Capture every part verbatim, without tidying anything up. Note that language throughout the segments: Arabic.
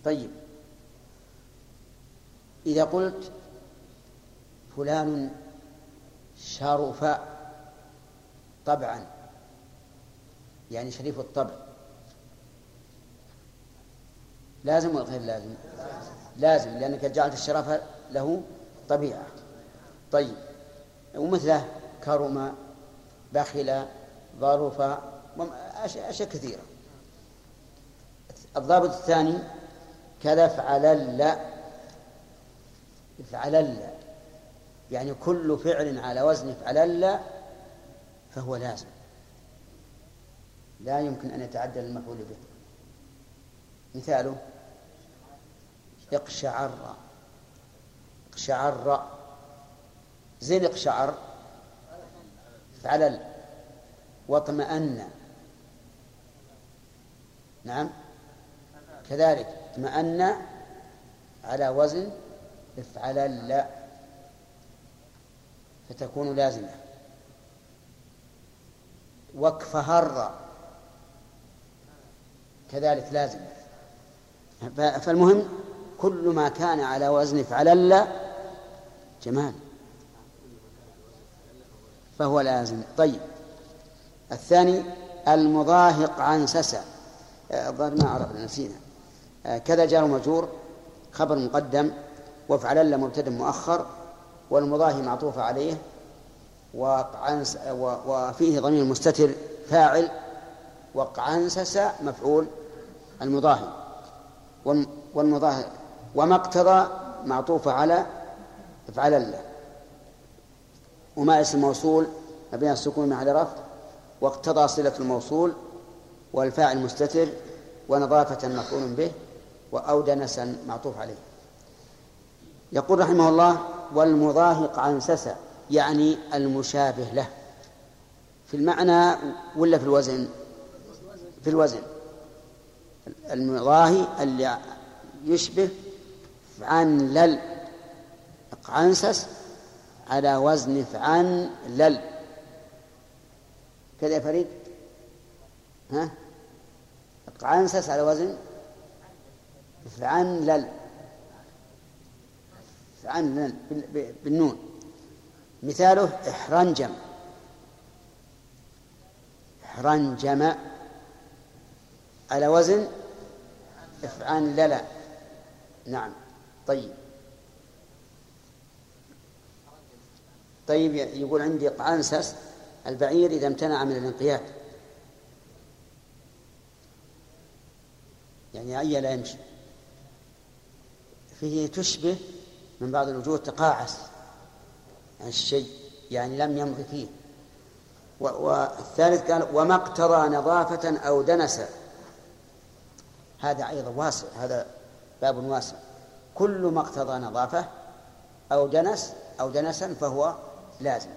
طيب، إذا قلت فلان شرف طبعا، يعني شريف الطبع، لازم ولا غير لازم؟ لازم، لأنك جعلت الشرف له طبيعة. طيب، ومثله كرم، بخل، ظرف، أشياء كثيرة. الضابط الثاني كذا افعلل، افعلل يعني كل فعل على وزن افعلل فهو لازم، لا يمكن أن يتعدى المفعول به. مثاله اقشعر، اقشعر، زين اقشعر افعلل. واطمأن، نعم كذلك اطمأن على وزن افعلل فتكون لازمة. واكفهر كذلك لازم. فالمهم كل ما كان على وزن افعلل جمال فهو لازم. طيب، الثاني المضاهق عن سسى، الظاهر ما عرفنا نسينا. كذا جار مجرور خبر مقدم، وافعلل مبتدأ مؤخر، والمضاهي معطوف عليه، وقعنس وفيه ضمير مستتر فاعل، وقعنسس مفعول المضاهي، والمضاهي وما اقتضى معطوف على افعلل، وما اسم موصول ما بين السكون مع رفع، واقتضى صلة الموصول، والفاعل مستتر، ونظافة مفعول به، وأودنسا معطوف عليه. يقول رحمه الله والمضاهق عن سسى يعني المشابه له في المعنى ولا في الوزن؟ في الوزن. المضاهي اللي يشبه عن لل، عنسس على وزن فعن لل. كذا يا فريد؟ ها؟ عنسس على وزن فعن لل، فعن لل بالنون. مثاله احرنجم، احرنجم على وزن افعن للا. نعم. طيب طيب يقول عندي قعنسس البعير إذا امتنع من الانقياد، يعني أي لا يمشي، فيه تشبه من بعض الوجوه تقاعس عن الشيء، يعني لم يمضي فيه. والثالث قال وما اقتضى نظافة أو دنسا، هذا أيضا واسع، هذا باب واسع. كل ما اقتضى نظافة أو دنس أو دنسا فهو لازم.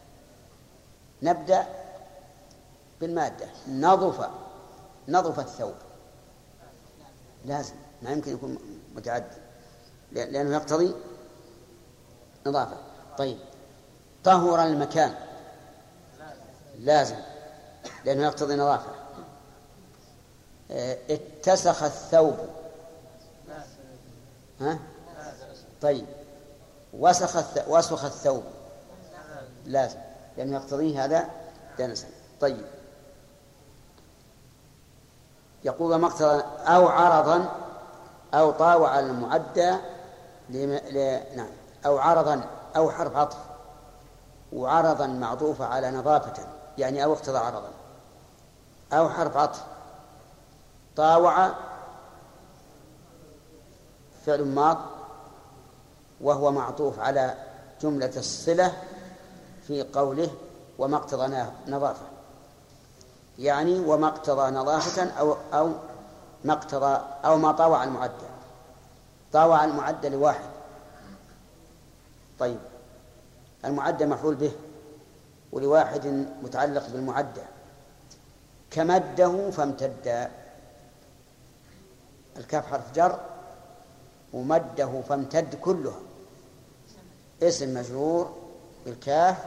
نبدأ بالمادة. نظف، نظف الثوب لازم، ما يمكن يكون متعدي لأنه يقتضي نظافة. طيب طهر المكان لازم لأنه يقتضي نظافة. اتسخ الثوب، ها؟ طيب وسخ وسخ الثوب لازم لأنه يقتضي هذا دنسا. طيب يقول ما اقتضى أو عرضا أو طاوع المعدى لم... ل... نعم أو عرضا أو حرف عطف، وعرضا معطوفة على نظافة يعني أو اقتضى عرضا، أو حرف عطف. طاوع فعل ماض وهو معطوف على جملة الصلة في قوله وما اقتضى نظافة، يعني وما اقتضى نظافة أو أو ما اقتضى أو ما طاوع المعدى. طاوع المعدى لواحد. طيب المعدى مفعول به ولواحد متعلق بالمعدى. كمده فامتد، الكاف حرف جر ومده فامتد كلها اسم مجرور بالكاف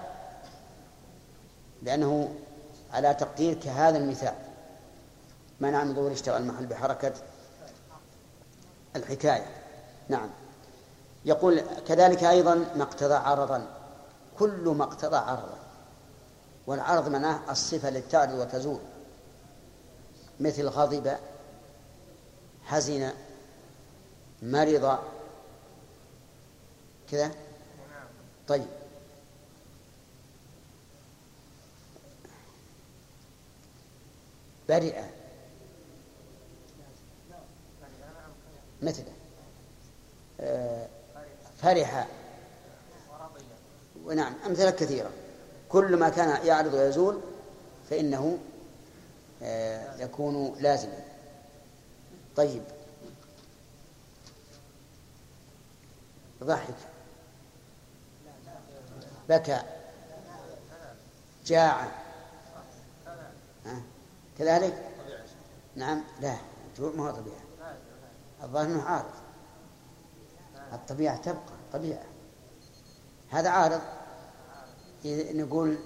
لأنه على تقدير كهذا المثال منع من ظهور اشتغل المحل بحركة الحكاية. نعم. يقول كذلك أيضا ما اقتضى عرضا، كل ما اقتضى عرضا، والعرض معناه الصفة التي تعرض وتزول، مثل غضب، حزن، مرض كذا. طيب برئ مثل فرح، ونعم أمثلة كثيرة. كل ما كان يعرض ويزول فإنه يكون لازما. طيب ضحك، بكى، جاع، كذلك. نعم. لا الجوع ما هو طبيعة، الظاهر أنه عارض. الطبيعة تبقى طبيعة، هذا عارض. نقول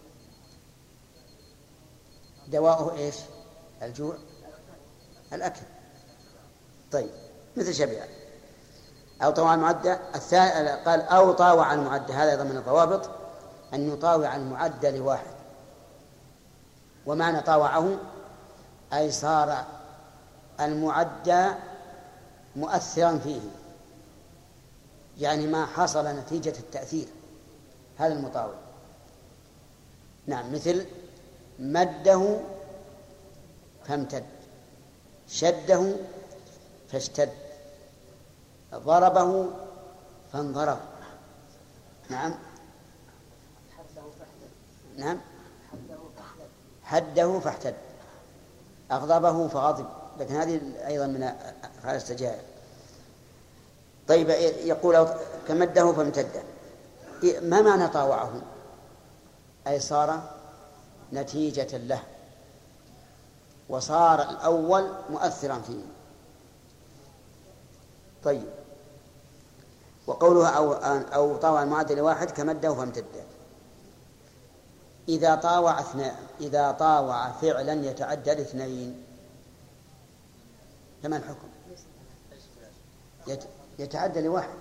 دواؤه إيش؟ الجوع، الأكل. طيب مثل شبيع أو طاوع المعدة. الثاني قال أو طاوع المعدة، هذا أيضا من الضوابط، أن يطاوع المعدة لواحد. ومعنى طاوعه أي صار المعدى مؤثرا فيه، يعني ما حصل نتيجة التأثير، هذا المطاوع. نعم. مثل مده فامتد، شده فاشتد، ضربه فانضرب. نعم. نعم. حده فاحتد، أغضبه فغضب، لكن هذه أيضا من أفعال السجائر. طيب يقول كمده فامتد، ما معنى طاوعه؟ أي صار نتيجة له، وصار الأول مؤثرا فيه. طيب وقولها أو, أو طاوع المعدل واحد كمده فامتد. إذا طاوع اثنين، إذا طاوع فعلا يتعدى الاثنين فما الحكم؟ يتعدى لواحد.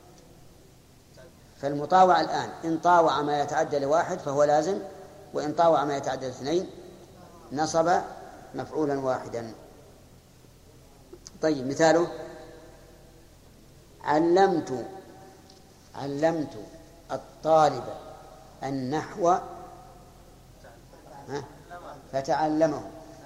فالمطاوع الآن إن طاوع ما يتعدى لواحد فهو لازم، وإن طاوع ما يتعدى لاثنين نصب مفعولا واحدا. طيب مثاله علمت علمت الطالب النحو فتعلمه.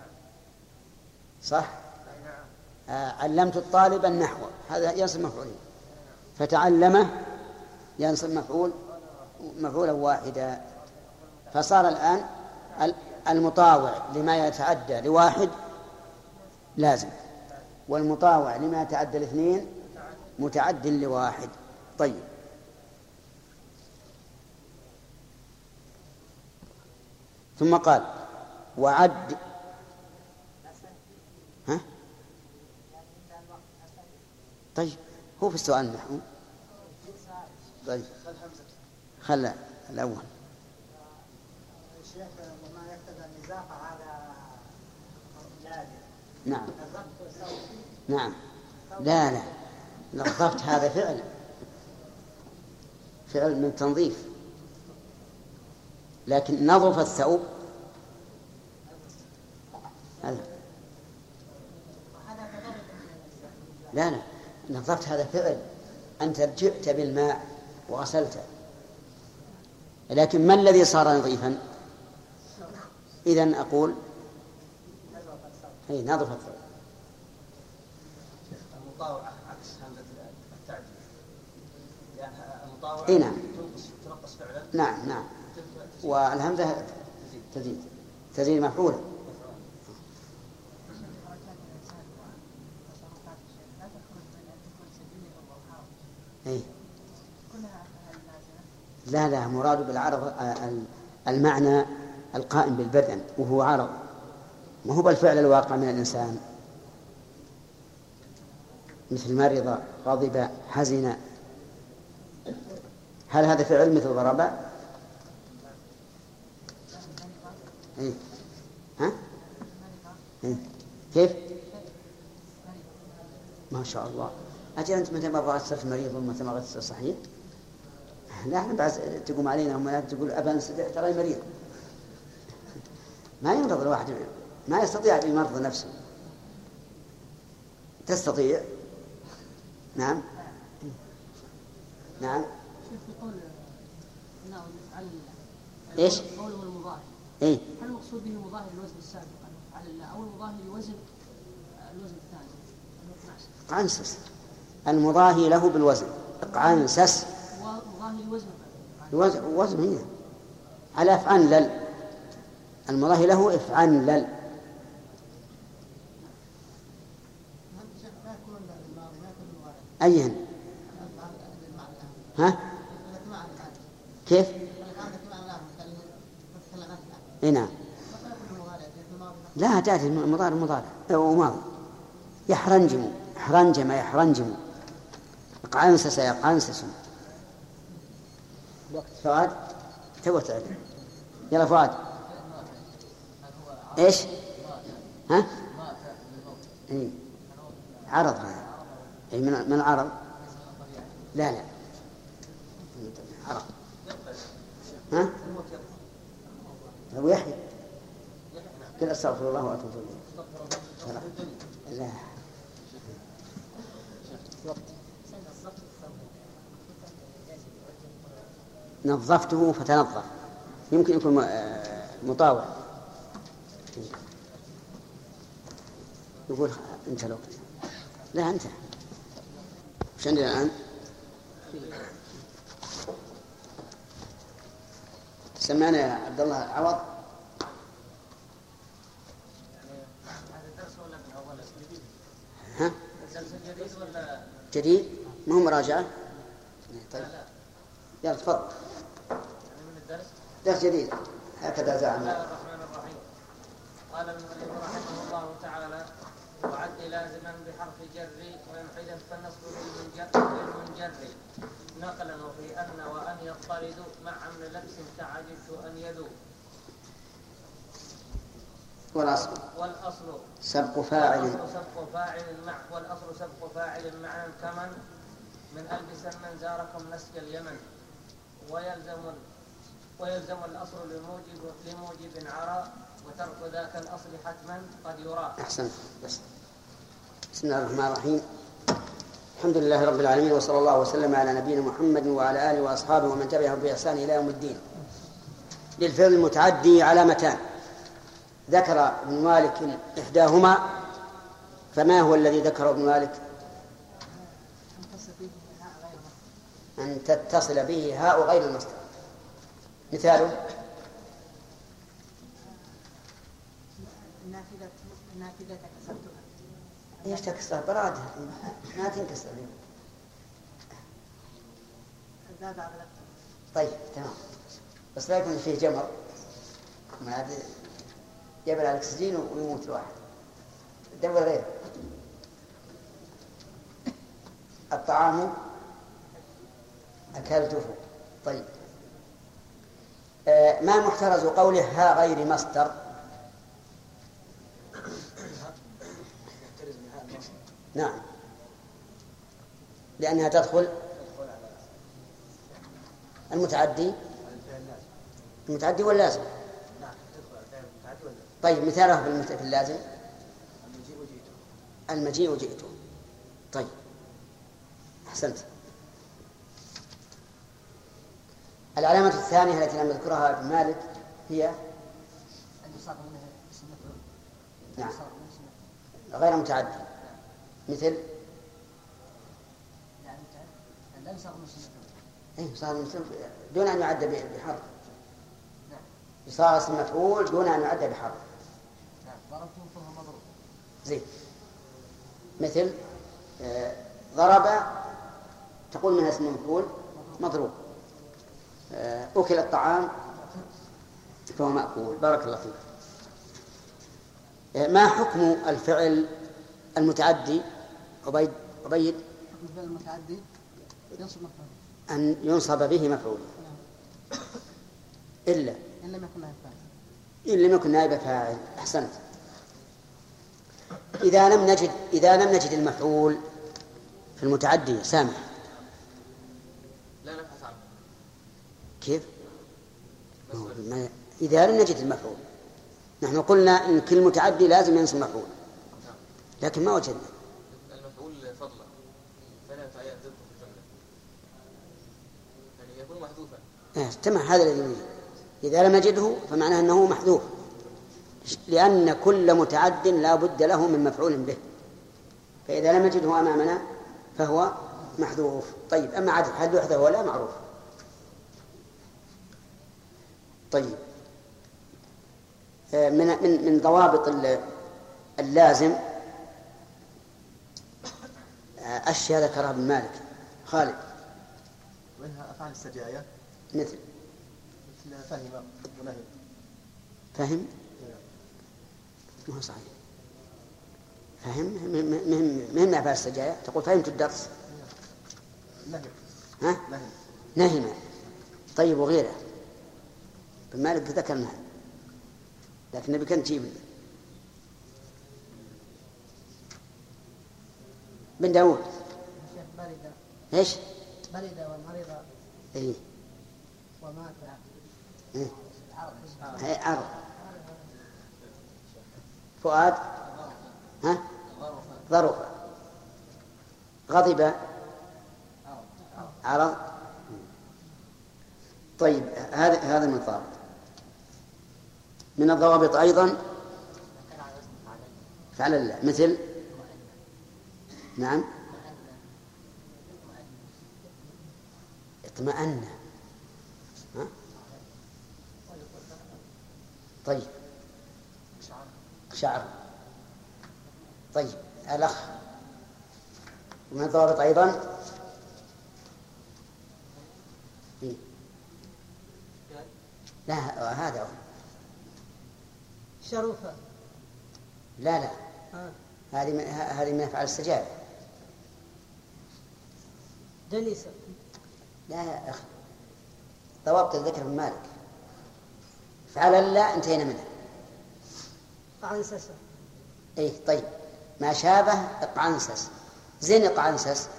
صح. آه علمت الطالب النحو، هذا ينصب مفعولين، فتعلمه ينصب مفعول مفعولا واحدا. فصار الآن المطاوع لما يتعدى لواحد لازم، والمطاوع لما يتعدى لاثنين متعد لواحد. طيب ثم قال وعد. ها؟ طيب هو في السؤال النحو. طيب خلى الأول. نعم. نعم. لا لا نظفت هذا فعل فعل من تنظيف، لكن نظف الثوب هذا. لا لا نظفت هذا فعل، أنت جئت بالماء وغسلته، لكن ما الذي صار نظيفا؟ إذن أقول هي نظف الثوب. المطاوعة عكس همزة التعديل، يعني المطاوعة إيه نعم. تنقص فعلا. نعم نعم. والهمزة تزيد تزيد مفعولة. إيه؟ لا لا مراد بالعرض المعنى القائم بالبدن وهو عرض، ما هو بالفعل الواقع من الإنسان، مثل مرض، غضب، حزن. هل هذا فعل مثل ضرب؟ إيه؟ ها؟ إيه؟ كيف؟ ما شاء الله. أجل أنت متى ما بغيت تصير مريض ومتى ما بغيت تصير صحيح؟ لا احنا بعد تقوم علينا وما تقول أبا انسدح ترى مريض. ما يمرض الواحد، ما يستطيع أن يمرض نفسه. تستطيع؟ نعم نعم. ايش؟ قوله المظاهر. ايه؟ هل المقصود به مظاهر الوزن السابق على الله او المظاهر لوزن الوزن الثاني؟ قعنسس. المضاهي له بالوزن قعنسس. مظاهر لوزن الوزن وزن هنا على افعل لل. المضاهي له افعل لل. أيهن؟ ها؟ كيف؟ إيه نعم. لا تأتي المضارع المضارع أو ماضي. يحرنجم يحرنجم يحرنجم قعنسس يقعنسس. فؤاد تبغى تعرف؟ يلا فؤاد. إيش؟ ها؟ إيه؟ عرض هذا. أي من من العرض؟ لا لا. عرض. ها؟ أبو يحيى. قل أستغفر الله وأتوب إليه. لا. نظفته فتنظف. يمكن يكون مطاوع. يقول انت الوقت. لا انت. وش عندنا الآن؟ سمعنا يا عبد الله عوض. ها؟ جديد؟ ما هو مراجعة؟ طيب. يلا تفضل. درس جديد هكذا زعم. بسم الله الرحمن الرحيم. قال المؤلف رحمه الله تعالى: وعد لازما بحرف جر وينحذف فالنصب بالمنجر نقلا وفي أن وأن يضطرد مع أمر لبس كعجبت أن يدو. والأصل والأصل سبق فاعل والأصل سبق فاعل مع والأصل سبق فاعل معنى كمن من ألبس من زاركم نسك اليمن. ويلزم ويلزم الأصل لموجب لموجب عرى وترك ذاك الأصل حتما قد يرى. أحسنت. بس. بسم الله الرحمن الرحيم. الحمد لله رب العالمين وصلى الله وسلم على نبينا محمد وعلى آله وأصحابه ومن تبعه بإحسان إلى يوم الدين. للفعل المتعدي علامتان ذكر ابن مالك إحداهما، فما هو الذي ذكره ابن مالك؟ أن تتصل به هاء غير المصدر. مثاله النافذة كسرتها. ايش تكسر؟ برادة ما تنكسر. طيب تمام، بس لا يكون فيه جمر ما عاد يبلع الأكسجين ويموت الواحد. دور غيره. الطعام أكلته. طيب آه ما محترز قوله ها غير مصدر؟ نعم، لأنها تدخل المتعدي المتعدي واللازم. طيب مثاله في اللازم المجيء وجئته. طيب أحسنت. العلامة الثانية التي لم يذكرها ابن مالك هي نعم غير متعدي. مثل إيه صار دون أن يعد بحرف. صار اسم مفعول دون أن يعد بحرف. زين. مثل آه ضرب تقول منها اسم مفعول مضروب. آه أكل الطعام فهو مأكول. بارك الله فيك. آه ما حكم الفعل المتعدي؟ عبيد عبيد الفعل المتعدي ينصب مفعول أن ينصب به مفعول إلا إن لم يكن نائب فاعل. إن لم يكن نائب فاعل. أحسنت. إذا لم نجد إذا لم نجد المفعول في المتعدي سامح. لا نبحث عنه. كيف؟ ما إذا لم نجد المفعول. نحن قلنا إن كل متعدي لازم ينصب مفعول، لكن ما وجدنا المفعول فضلا فلا يتعين ضده في الجملة، يعني يكون محذوفا. إيه تمام، هذا الذي يريد. إذا لم نجده فمعناه أنه محذوف، لأن كل متعد لا بد له من مفعول به، فإذا لم نجده أمامنا فهو محذوف. طيب أما عدد هل يحذف ولا معروف. طيب من من من ضوابط اللازم أشياء ذكرها ابن مالك. خالد. منها أفعال السجايا مثل مثل فهم ونهي. فهم ما هو صحيح. فهم مهم مهم أفعال السجايا. تقول فهمت الدرس. نهي. ها نهي. نهي. طيب وغيره ابن مالك ذكرنا، لكن نبي كان تجيب بن داود. برد. ايش؟ برد ومرض. ايه ومات. ايه هي عرض. فؤاد. ها ظرف. غضب. عرض. طيب هذا هذا من الضوابط. من الضوابط أيضا فعل الله مثل نعم اطمأن. ها؟ طيب شعر. طيب الأخ. من الضوابط أيضا إيه؟ لا هذا هو. شرفة. لا لا آه. هذه من هذه من أفعال السجايا. جلسة. لا يا أخي ضوابط الذكر من مالك. فعل لا انتهينا منها. قعنسسة. ايه طيب ما شابه اقعنسس. زين اقعنسس.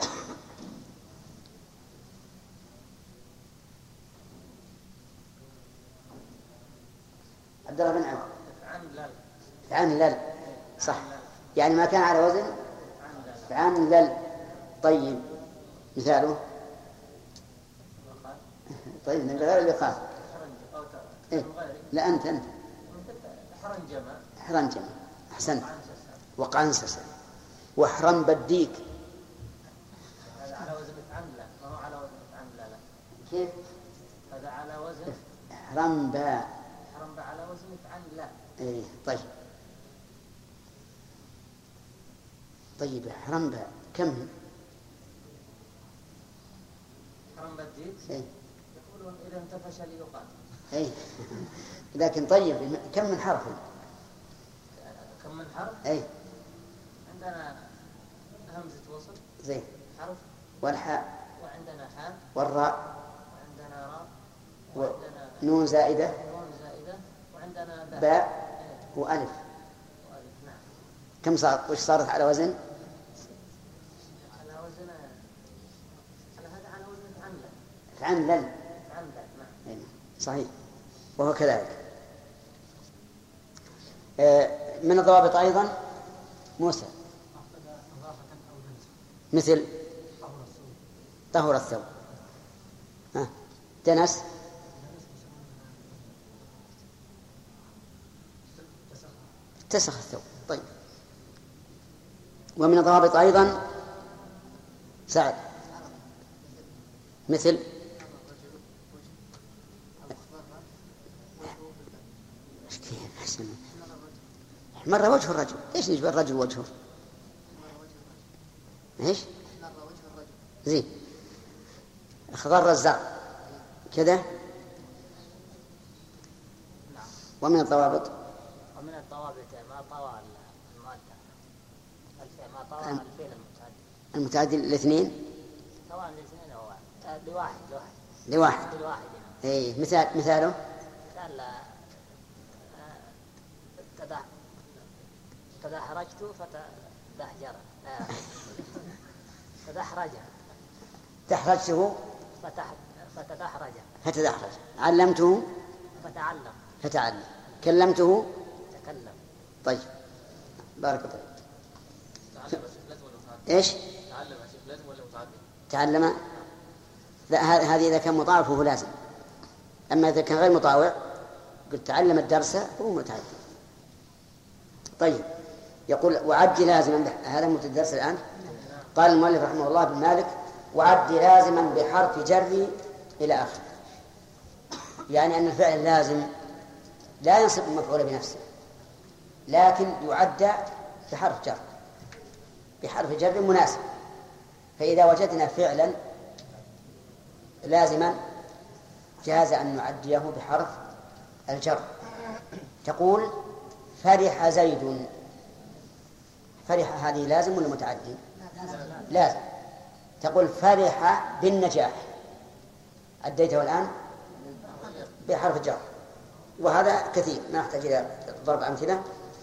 عبد الله بن عمرو. فعملل صح، يعني ما كان على وزن فعملل. طيب مثاله. طيب من غير اللي قال إيه؟ لا أنت أنت حرنجمة. حرنجمة أحسنت. وقعنسس وحرم بديك. هذا على وزن فعملة ما هو على وزن فعملة. لا كيف هذا على وزن حرمبا. حرمبا على وزن فعملة. إيه طيب. طيب حرمبا كم؟ حرم بديك إيه؟ يقولون إذا انتفش ليقاتل. إيه لكن طيب كم من حرف؟ كم من حرف؟ إيه عندنا همزة وصل زين حرف والحاء وعندنا حاء والراء وعندنا راء وعندنا نون زائدة نون زائدة وعندنا باء, باء إيه. وألف. وألف نعم. كم صارت؟ وش صارت على وزن؟ على وزن على هذا على وزن فعملة. فعملل. فعملة نعم. صحيح وهو كذلك. من الضوابط أيضا موسى مثل طهر الثوب. ها دنس. اتسخ الثوب. طيب ومن الضوابط أيضا سعد مثل مرة وجه الرجل. ايش نجبر الرجل وجهه؟ ايش؟ زين خضر الزرع كذا. ومن الضوابط ومن الضوابط ما طوى المؤدى الفعل ما طوى الفعل المتعدي. المتعدي الاثنين طوى الاثنين هو لواحد لواحد لواحد. لواحد اي مثال مثاله مثال تدحرجت فتدحجر. تدحرج دحرجته فتح فتدحرج فتدحرج، علمته فتعلم فتعلم، كلمته تكلم. طيب بارك الله. تعلم يا شيخ لازم ولا متعدي؟ ايش؟ تعلم يا شيخ لازم ولا متعدي؟ تعلم، لا هذه إذا كان مطاوع فهو لازم، أما إذا كان غير مطاوع قلت تعلم الدرس فهو متعدي. طيب يقول وعد لازما، هذا مبتدأ الدرس الآن. قال المؤلف رحمه الله بن مالك وعد لازما بحرف جر إلى آخره، يعني أن الفعل اللازم لا ينصب المفعول بنفسه، لكن يعد بحرف جر، بحرف جر مناسب. فإذا وجدنا فعلا لازما جاز أن نعديه بحرف الجر. تقول فرح زيد، فرح هذه لازم ولا متعدي؟ لازم. تقول فرح بالنجاح، أديته الآن بحرف الجر، وهذا كثير ما نحتاج إلى ضرب أمثلة.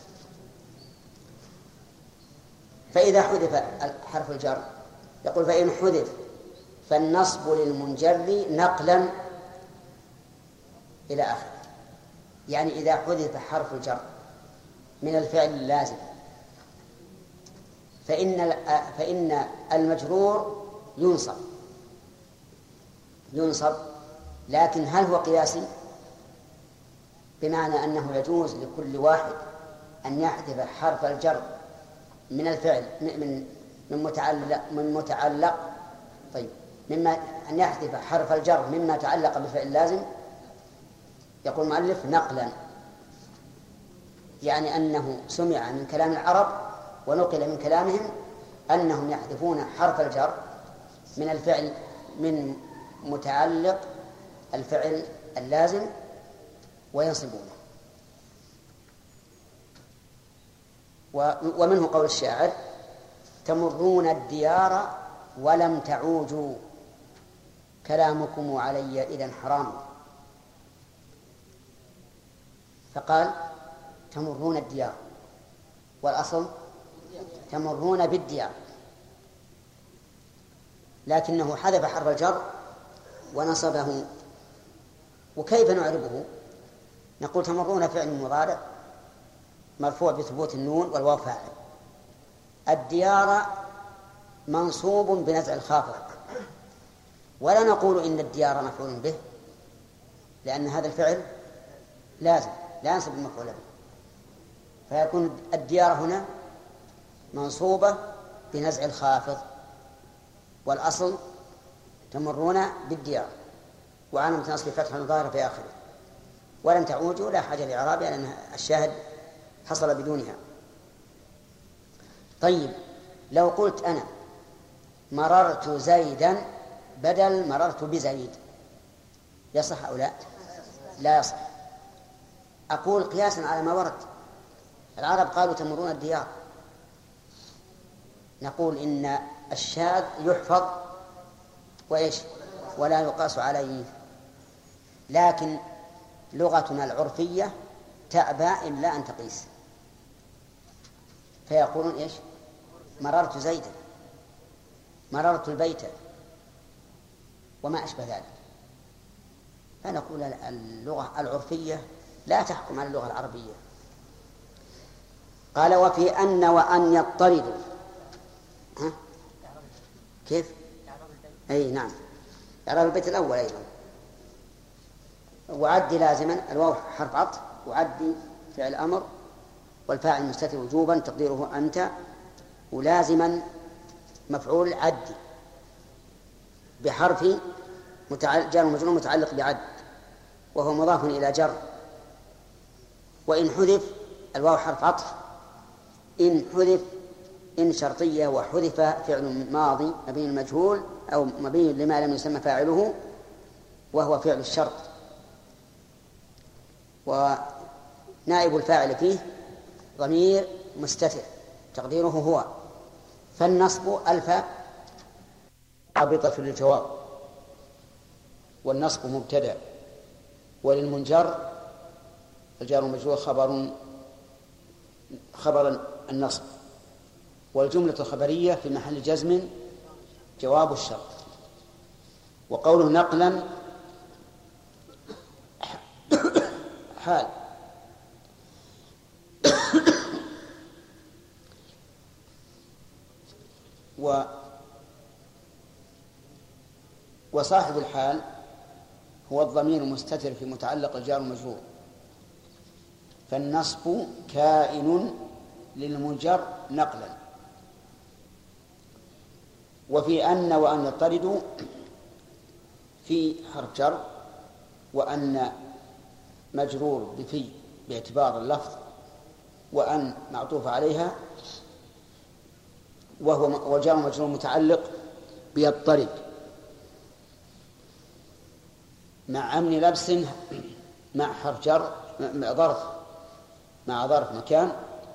فإذا حذف حرف الجر يقول فإن حذف فالنصب للمنجر نقلا إلى آخره، يعني إذا حذف حرف الجر من الفعل اللازم فإن فإن المجرور ينصب ينصب لكن هل هو قياسي؟ بمعنى أنه يجوز لكل واحد أن يحذف حرف الجر من الفعل من من متعلق من متعلق طيب مما أن يحذف حرف الجر مما تعلق بفعل لازم. يقول المؤلف نقلا، يعني أنه سمع من كلام العرب ونقل من كلامهم أنهم يحذفون حرف الجر من الفعل من متعلق الفعل اللازم وينصبونه. ومنه قول الشاعر تمرون الديار ولم تعوجوا كلامكم علي إذن حرام، فقال تمرون الديار، والأصل تمرون بالديار، لكنه حذف حرف الجر ونصبه. وكيف نعربه؟ نقول تمرون فعل مضارع مرفوع بثبوت النون والواو فاعل، الديار منصوب بنزع الخافض، ولا نقول إن الديار مفعول به لأن هذا الفعل لازم لا ينصب المفعول به، فيكون الديار هنا منصوبة بنزع الخافض، والأصل تمرون بالديار وعلامة نصب فتح ظاهرة في آخره، ولم تعوجوا لا حاجة لإعرابها لأن الشاهد حصل بدونها. طيب لو قلت أنا مررت زيدا بدل مررت بزيد يصح أو لا؟ لا يصح. أقول قياسا على ما ورد، العرب قالوا تمرون الديار، نقول إن الشاذ يحفظ وإيش ولا يقاس عليه، لكن لغتنا العرفية تأبى إلا أن تقيس، فيقولون إيش مررت زيدا، مررت البيت وما أشبه ذلك. فنقول اللغة العرفية لا تحكم على اللغة العربية. قال وفي أن وأن يضطردوا. ها؟ كيف؟ أي نعم إعراب البيت الأول أيضا. وعد لازما، الواو حرف عطف، وعد فعل أمر، والفاعل مستتر وجوبا تقديره أنت، ولازما مفعول عد بحرف جار ومجرور متعلق بعد وهو مضاف إلى جر. وإن حذف، الواو حرف عطف، إن حذف إن شرطية وحذف فعل ماضي مبني المجهول أو مبني لما لم يسمى فاعله وهو فعل الشرط، ونائب الفاعل فيه ضمير مستتر تقديره هو، فالنصب ألف عابطة للجواب، والنصب مبتدأ، وللمنجر الجار والمجرور خبر خبر النصب، والجملة الخبرية في محل جزم جواب الشرط. وقوله نقلا حال. و وصاحب الحال هو الضمير المستتر في متعلق الجار والمجرور، فالنصب كائن للمجر نقلا. وفي أن وأن يطردوا في حرف جر، وأن مجرور بفي باعتبار اللفظ، وأن معطوف عليها، وهو وجار مجرور متعلق بيطرد مع أمن لبس مع حرف جر مع ظرف مع ظرف مكان،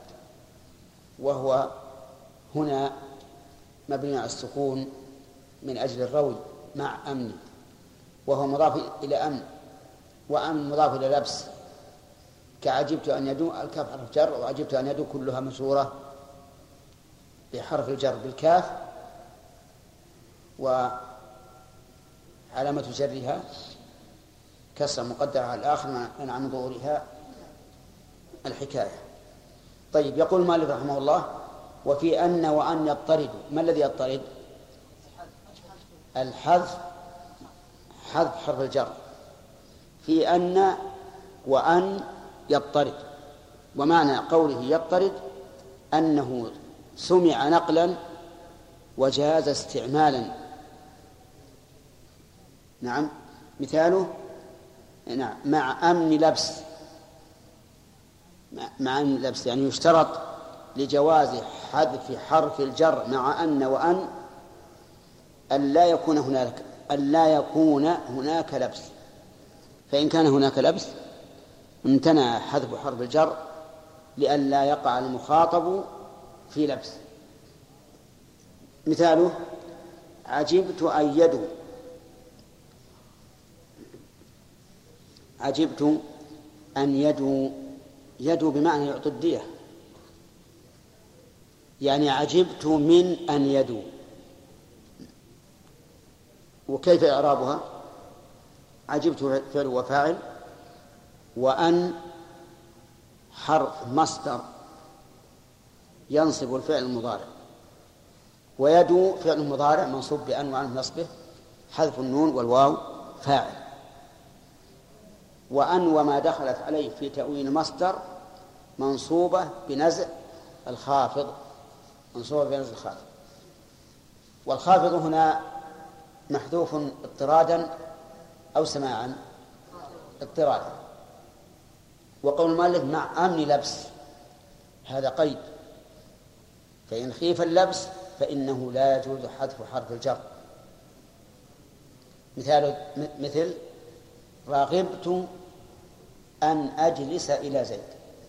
وهو هنا مبني على السكون من أجل الروي مع أمن، وهو مضاف إلى أمن، وأمن مضاف إلى لبس، كعجبت أن يدو الكاف حرف جر، وعجبت أن يدو كلها مشهورة بحرف الجر بالكاف، وعلامة جرها كسر مقدر على الآخر من عن ظهورها الحكاية. طيب، يقول مالك رحمه الله: وفي أن وأن يطرد. ما الذي يطرد؟ الحذف، حذف حرف الجر. في أن وأن يطرد، ومعنى قوله يطرد أنه سمع نقلا وجاز استعمالا. نعم، مثاله نعم مع أمن لبس، مع أمن لبس يعني يشترط لجواز حذف حرف الجر مع أن وأن أن لا يكون هناك أن لا يكون هناك لبس، فإن كان هناك لبس امتنع حذف حرف الجر لئلا لا يقع المخاطب في لبس. مثاله: عجبت أن يدو. عجبت أن يدو، يدو بمعنى يعطي الدية، يعني عجبت من أن يدو. وكيف إعرابها؟ عجبت فعل وفاعل، وأن حرف مصدر ينصب الفعل المضارع، ويدو فعل مضارع منصوب بأن وعنه نصبه حذف النون والواو فاعل. وأن وما دخلت عليه في تأويل مصدر منصوبة بنزع الخافض، منصوبة بنزع الخافض. والخافض هنا محذوف اضطرادا أو سماعا؟ اضطرادا. وقول المؤلف مع أمن لبس، هذا قيد، فإن خيف اللبس فإنه لا يجوز حذف حرف الجر. مثال مثل: رغبت أن أجلس إلى زيد.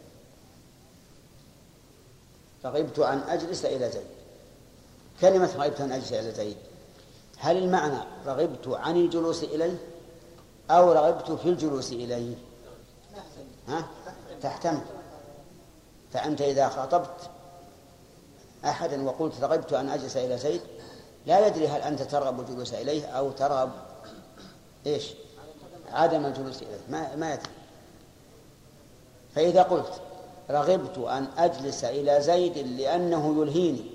رغبت أن أجلس إلى زيد. كلمة رغبت أن أجلس إلى زيد، هل المعنى رغبت عن الجلوس إليه أو رغبت في الجلوس إليه؟ ها؟ تحتمل. فأنت إذا خاطبت أحدا وقلت رغبت أن أجلس إلى زيد، لا يدري هل أنت ترغب الجلوس إليه أو ترغب إيش؟ عدم الجلوس إليه، ما, ما يدري. فإذا قلت رغبت أن أجلس إلى زيد لأنه يلهيني،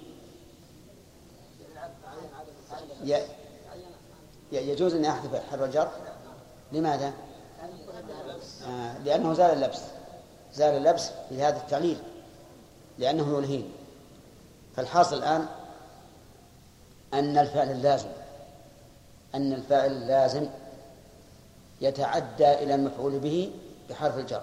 يجوز أن أحذف حرف الجر. لماذا؟ آه لأنه زال اللبس، زال اللبس في هذا التعليل لأنه يلهيني. فالحاصل الآن أن الفعل اللازم أن الفاعل اللازم يتعدى إلى المفعول به بحرف الجر.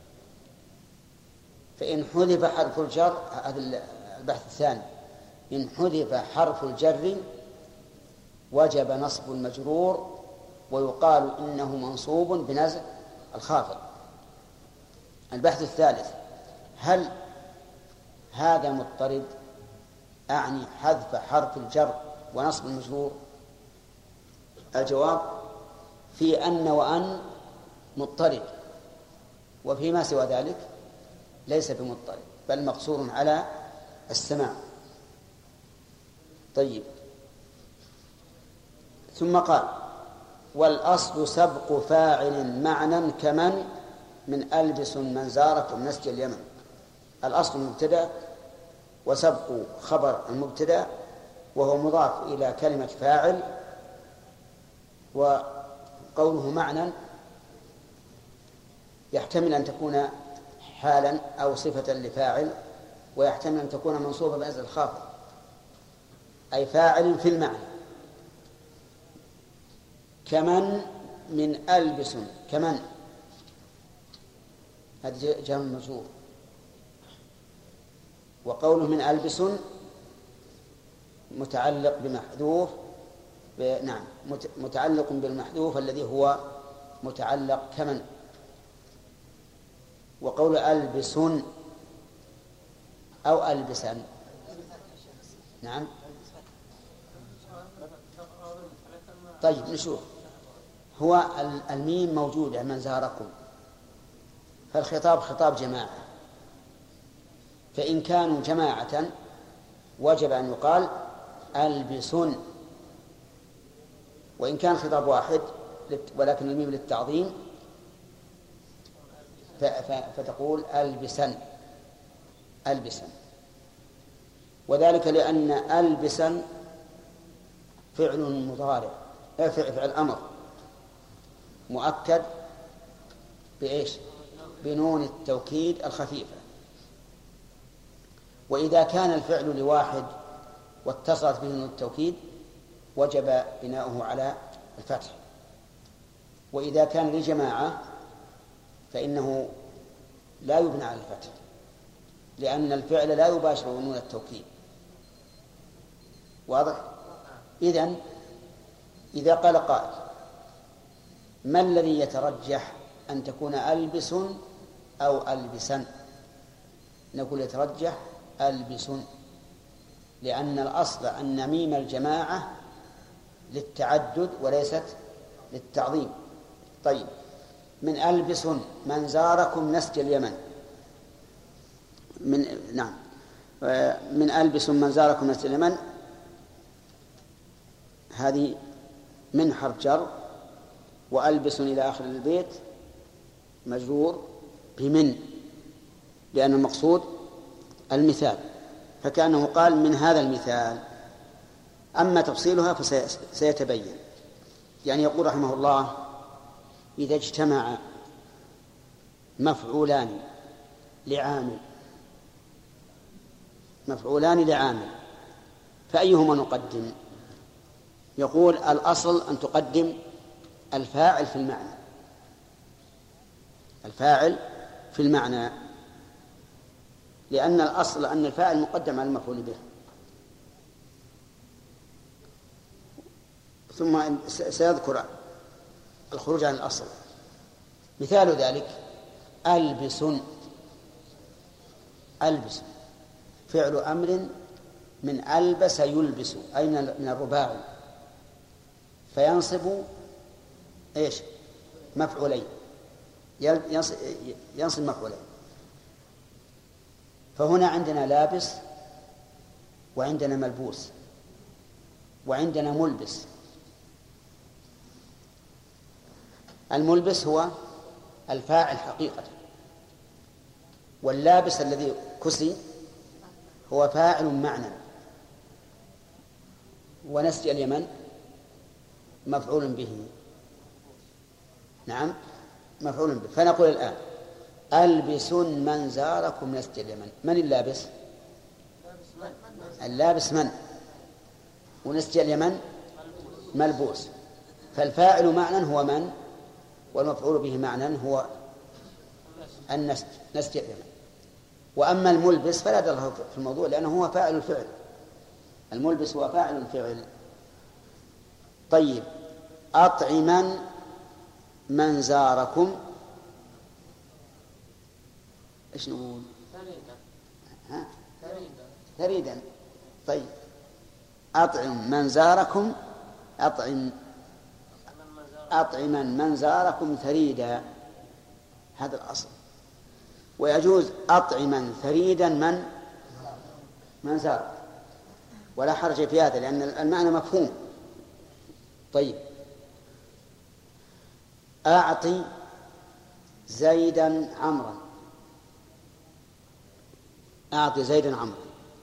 فإن حذف حرف الجر، هذا البحث الثاني، إن حذف حرف الجر وجب نصب المجرور ويقال إنه منصوب بنزع الخافض. البحث الثالث: هل هذا مضطرد؟ أعني حذف حرف الجر ونصب المجرور. الجواب: في أن وأن مضطرد، وفيما سوى ذلك ليس بمضطرد، بل مقصور على السماع. طيب، ثم قال والأصل سبق فاعل معنى كمن من ألبس من زاركم نسج اليمن. الأصل مبتدأ وسبق خبر المبتدأ وهو مضاف إلى كلمة فاعل، وقوله معنى يحتمل أن تكون حالا أو صفة لفاعل، ويحتمل أن تكون منصوبة بأزل الخافض، أي فاعل في المعنى. كمن من ألبس، كمن هذا جمع مجرور، وقوله من ألبس متعلق بمحذوف، نعم متعلق بالمحذوف الذي هو متعلق كمن. وقول ألبس أو ألبسا، نعم. طيب نشوف، هو الميم موجودة من زاركم، فالخطاب خطاب جماعة، فإن كانوا جماعة وجب أن يقال ألبسون، وإن كان خطاب واحد ولكن الميم للتعظيم فتقول ألبسا ألبسا. وذلك لأن ألبسا فعل مضارع، فعل أمر مؤكد بإيش؟ بنون التوكيد الخفيفة. وإذا كان الفعل لواحد واتصلت به نون التوكيد وجب بناؤه على الفتح، وإذا كان لجماعة فإنه لا يبنى على الفتح، لأن الفعل لا يباشر نون التوكيد. واضح؟ إذن إذا قال قائل ما الذي يترجح أن تكون ألبس أو ألبسا؟ نقول يترجح ألبس، لأن الأصل أن ميم الجماعة للتعدد وليست للتعظيم. طيب، من ألبس من زاركم نسج اليمن، من نعم من ألبس من زاركم نسج اليمن، هذه من حرف جر، وألبس إلى آخر البيت مجرور بمن، لأن المقصود المثال، فكأنه قال من هذا المثال. أما تفصيلها فسيتبين. يعني يقول رحمه الله إذا اجتمع مفعولان لعامل مفعولان لعامل فأيهما نقدم؟ يقول الأصل أن تقدم الفاعل في المعنى، الفاعل في المعنى، لأن الأصل أن الفاعل مقدم على المفعول به. ثم سيذكر الخروج عن الأصل. مثال ذلك ألبس، ألبس فعل أمر من ألبس يلبس، أي من الرباعي، فينصب إيش؟ مفعولين، ينصب مفعولين. فهنا عندنا لابس وعندنا ملبوس وعندنا ملبس. الملبس هو الفاعل حقيقة، واللابس الذي كسي هو فاعل معنى، ونسج اليمن مفعول به، نعم مفعول به. فنقول الآن ألبس من زاركم نسج اليمن، من اللابس؟ اللابس من، ونسج اليمن ملبوس، فالفاعل معنى هو من، والمفعول به معنى هو النسج، نسج اليمن. وأما الملبس فلا دخل في الموضوع، لأنه هو فاعل الفعل، الملبس هو فاعل الفعل. طيب، أطعما من زاركم، إيش نقول؟ ها؟ ثريدا. طيب، أطعم من زاركم، أطعم أطعما من زاركم ثريدا، هذا الأصل. ويجوز أطعما ثريدا من من زار، ولا حرج في هذا، لأن المعنى مفهوم. طيب، أعطي زيدا عمرا. أعطي زيدا عمرا،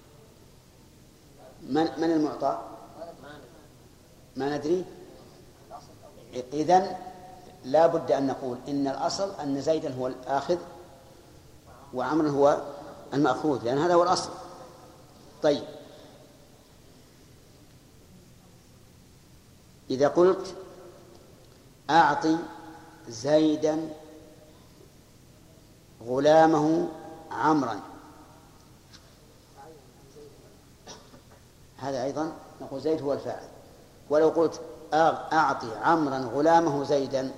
من من المعطى؟ ما ندري. إذن لا بد أن نقول إن الأصل أن زيدا هو الآخذ وعمرا هو المأخوذ، لأن هذا هو الأصل. طيب، إذا قلت أعطي زيدا غلامه عمرا، هذا أيضا نقول زيد هو الفاعل. ولو قلت أعطي عمرا غلامه زيدا،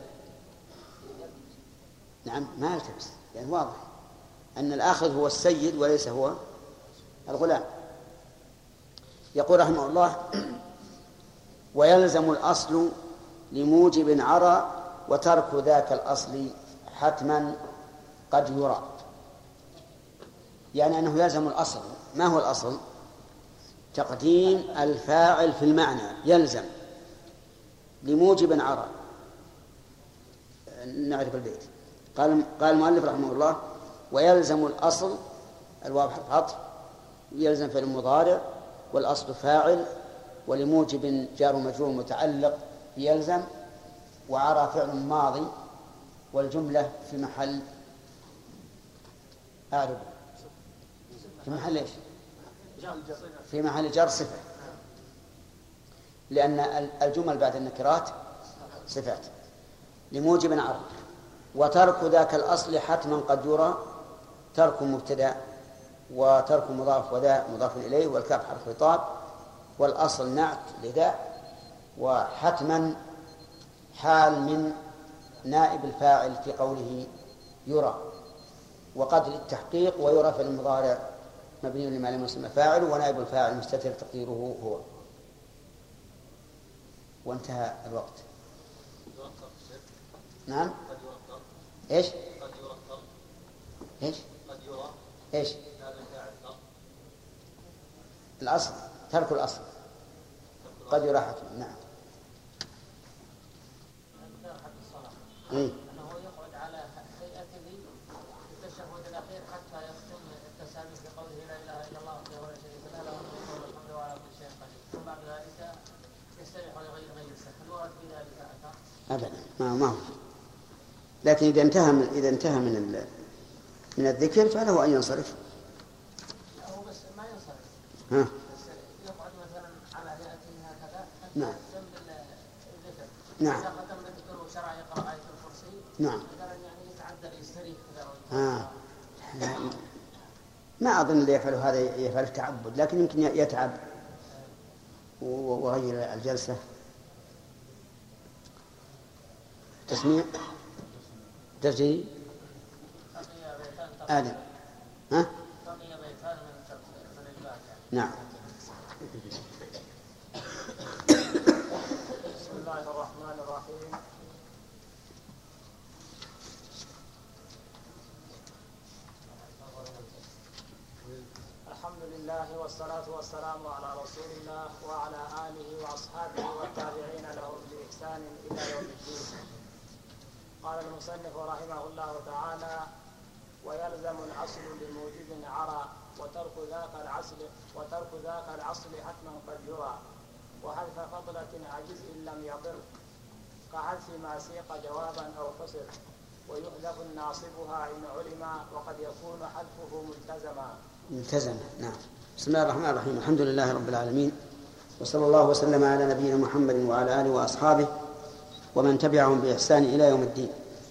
نعم ما يلتبس، لأن واضح أن الآخذ هو السيد وليس هو الغلام. يقول رحمه الله: ويلزم الأصل لموجب عرى وترك ذاك الأصل حتما قد يرى. يعني أنه يلزم الأصل. ما هو الأصل؟ تقديم الفاعل في المعنى، يلزم لموجب عرى. نعرف البيت. قال قال المؤلف رحمه الله: ويلزم الأصل، الواو حرف عطف، يلزم فعل مضارع والأصل فاعل، ولموجب جار مجرور متعلق يلزم، وعرى فعل ماضي، والجملة في محل أعرب في محل إيش؟ في محل جر صفة، لأن الجمل بعد النكرات صفات. لموجب عرى وترك ذاك الأصل حتما قد يرى. ترك مبتدأ، وترك مضاف، وذا مضاف إليه، والكاف حرف خطاب، والأصل نعت لذا، وحتما حال من نائب الفاعل في قوله يرى. وقد للتحقيق، ويرى في المضارع مبني لما لم يسمى فاعل، ونائب الفاعل مستتر تقديره هو. وانتهى الوقت. نعم. ايش؟ ايش؟ ايش؟ الأصل ترك الأصل قد يرى حتما. نعم. إيه؟ أنه يخرج على هيئته في التشهد الأخير حتى يختم التسامي بقوله لا إله إلا الله وحده لا شريك له له الملك وله الحمد وعلى كل شيء قدير، ثم بعد ذلك يستريح لغير غيره. هل ورد في ذلك أثر؟ أبدا ما ما هو. لكن إذا انتهى من إذا انتهى من من الذكر فله أن ينصرف. هو بس ما ينصرف. ها. يقعد مثلا على هيئته هكذا حتى نعم. يختم بالذكر. نعم. إذا ختم بالذكر وشرع يقرأ آية الكرسي. نعم. مثلا يعني يتعدل يستريح كذا. آه. ما أظن اللي يفعل هذا يفعل التعبد، لكن يمكن يتعب وغير الجلسة. تسميع تسجيل آدم. ها؟ نعم. بسم الله الرحمن الرحيم. الحمد لله والصلاة والسلام على رسول الله وعلى آله وأصحابه والتابعين لهم بإحسان إلى يوم الدين. قال المصنف رحمه الله تعالى: ويلزم الأصل لموجب عرى وترك ذاك العصل وترك ذاك العصل حتما قد يرى، وحذف فضلة عجز إن لم يضر، كحذف ما سيق جوابا أو حصر، ويحذف ناصبها إن علم، وقد يكون حذفه ملتزما. ملتزما. نعم. بسم الله الرحمن الرحيم. الحمد لله رب العالمين، وصلى الله وسلم على نبينا محمد وعلى آله وأصحابه ومن تبعهم بإحسان إلى يوم الدين.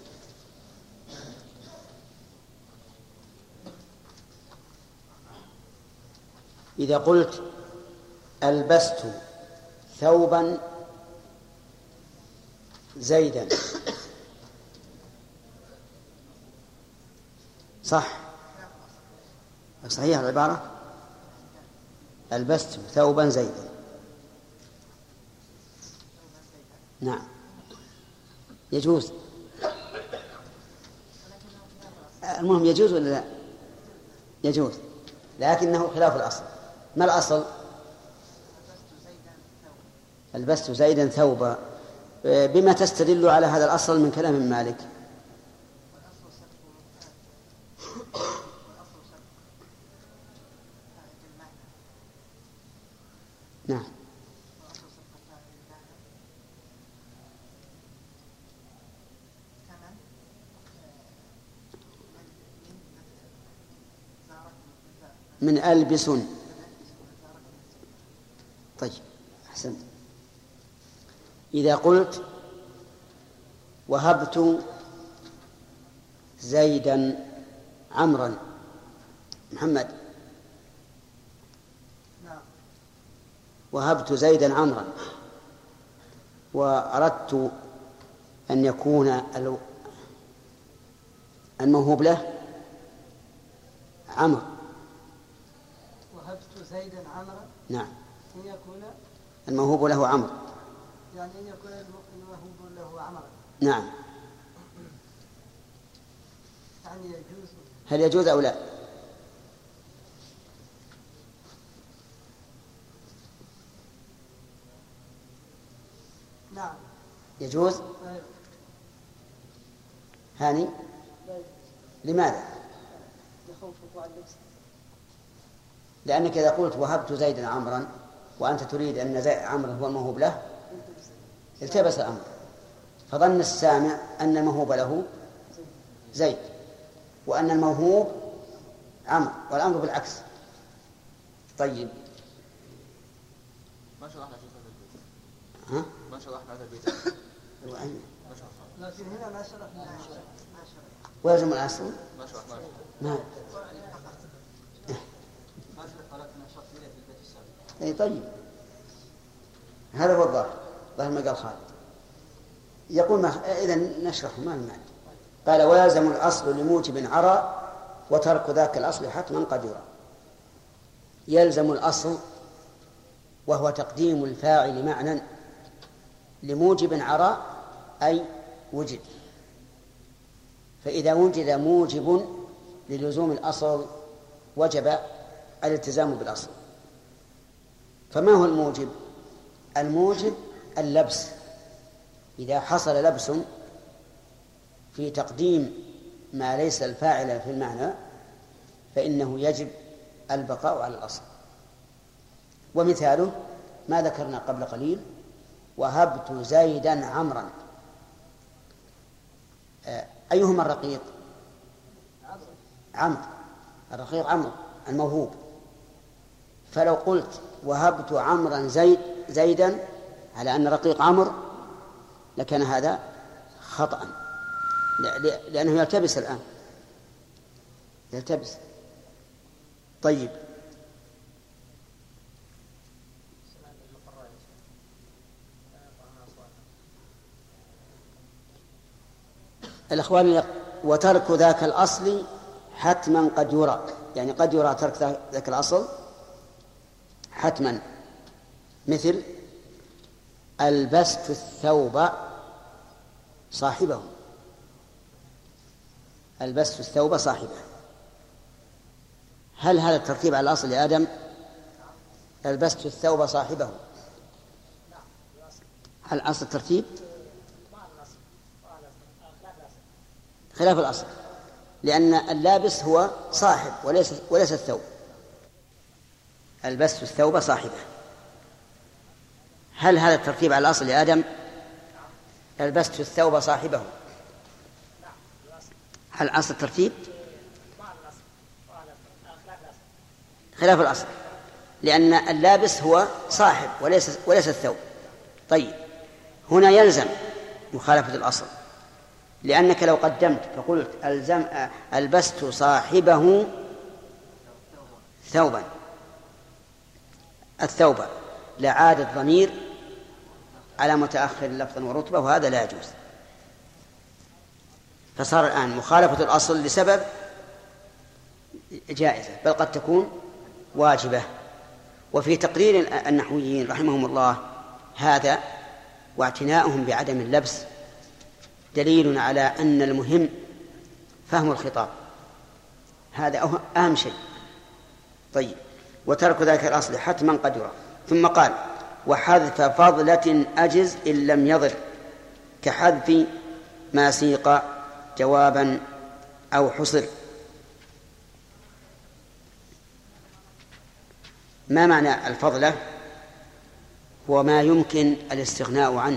إذا قلت ألبست ثوبا زيدا، صح؟ صحيح العبارة؟ ألبست ثوبا زيدا. نعم يجوز. المهم يجوز ولا لا؟ يجوز، لكنه خلاف الأصل. ما الأصل؟ ألبست زيدا ثوبا. بما تستدل على هذا الأصل من كلام مالك؟ نعم. من ألبس. طيب أحسنت. إذا قلت وهبت زيدا عمرا، محمد، وهبت زيدا عمرا، وأردت أن يكون الموهوب له عمرو. وهبت زيدا عمرا، نعم، أن يكون الموهوب له عمرو، يعني أن يكون الموهوب له عمرا. نعم. يعني يجوز. هل يجوز أو لا؟ نعم يجوز. أيوة. هاني، لماذا؟ يخوف وقوع اللبس. لأنك إذا قلت وهبت زيدا عمرا وأنت تريد أن زيد عمرو هو الموهوب له التبس الأمر، فظن السامع أن الموهوب له زيد وأن الموهوب عمرو، والأمر بالعكس. طيب، ما شرحنا شيء هذا البيت. ها؟ ما شرحنا هذا البيت. ما شرحنا. لكن هنا ما شرحنا ما شرح. ويلزم الأصل ما شرحنا. ما اي. طيب، هذا هو الظاهر، ظاهر ما قال خالد. يقول ما اذا نشرح ما المعنى. قال ويلزم الاصل لموجب عرى وترك ذاك الاصل حتما قد يرى. يلزم الاصل وهو تقديم الفاعل معنى لموجب عرى اي وجد، فاذا وجد موجب للزوم الاصل وجب الالتزام بالاصل. فما هو الموجب؟ الموجب اللبس. إذا حصل لبس في تقديم ما ليس الفاعل في المعنى فإنه يجب البقاء على الأصل. ومثاله ما ذكرنا قبل قليل: وهبت زيدا عمرا. أيهما الرقيق؟ عمرو. الرقيق عمرو الموهوب. فلو قلت وهبت عمرا زيد زيدا على أن رقيق عمرو لكان هذا خطأ، لأنه يلتبس الآن، يلتبس. طيب، الأخوان، وترك ذاك الأصل حتما قد يرى، يعني قد يرى ترك ذاك الأصل حتما. مثل ألبست الثوب صاحبه. ألبست الثوب صاحبه، هل هذا الترتيب على الأصل يا آدم؟ ألبست الثوب صاحبه، هل أصل الترتيب؟ خلاف الأصل، لأن اللابس هو صاحب وليس وليس الثوب. ألبست الثوب صاحبه، هل هذا الترتيب على الأصل يا آدم؟ ألبست الثوب صاحبه، هل أصل الترتيب؟ خلاف الأصل، لأن اللابس هو صاحب وليس وليس الثوب. طيب، هنا يلزم مخالفة الأصل، لأنك لو قدمت فقلت ألزم ألبست صاحبه ثوبا الثوب لعاد الضمير على متأخر لفظا ورتبة، وهذا لا يجوز. فصار الآن مخالفة الأصل لسبب جائزة، بل قد تكون واجبة. وفي تقرير النحويين رحمهم الله هذا واعتناؤهم بعدم اللبس دليل على أن المهم فهم الخطاب، هذا أهم شيء. طيب، وترك ذلك الأصل حتما قد يرى. ثم قال: وحذف فضلة أجز إن لم يضر. كحذف ما سيق جوابا أو حصر. ما معنى الفضلة؟ هو ما يمكن الاستغناء عنه،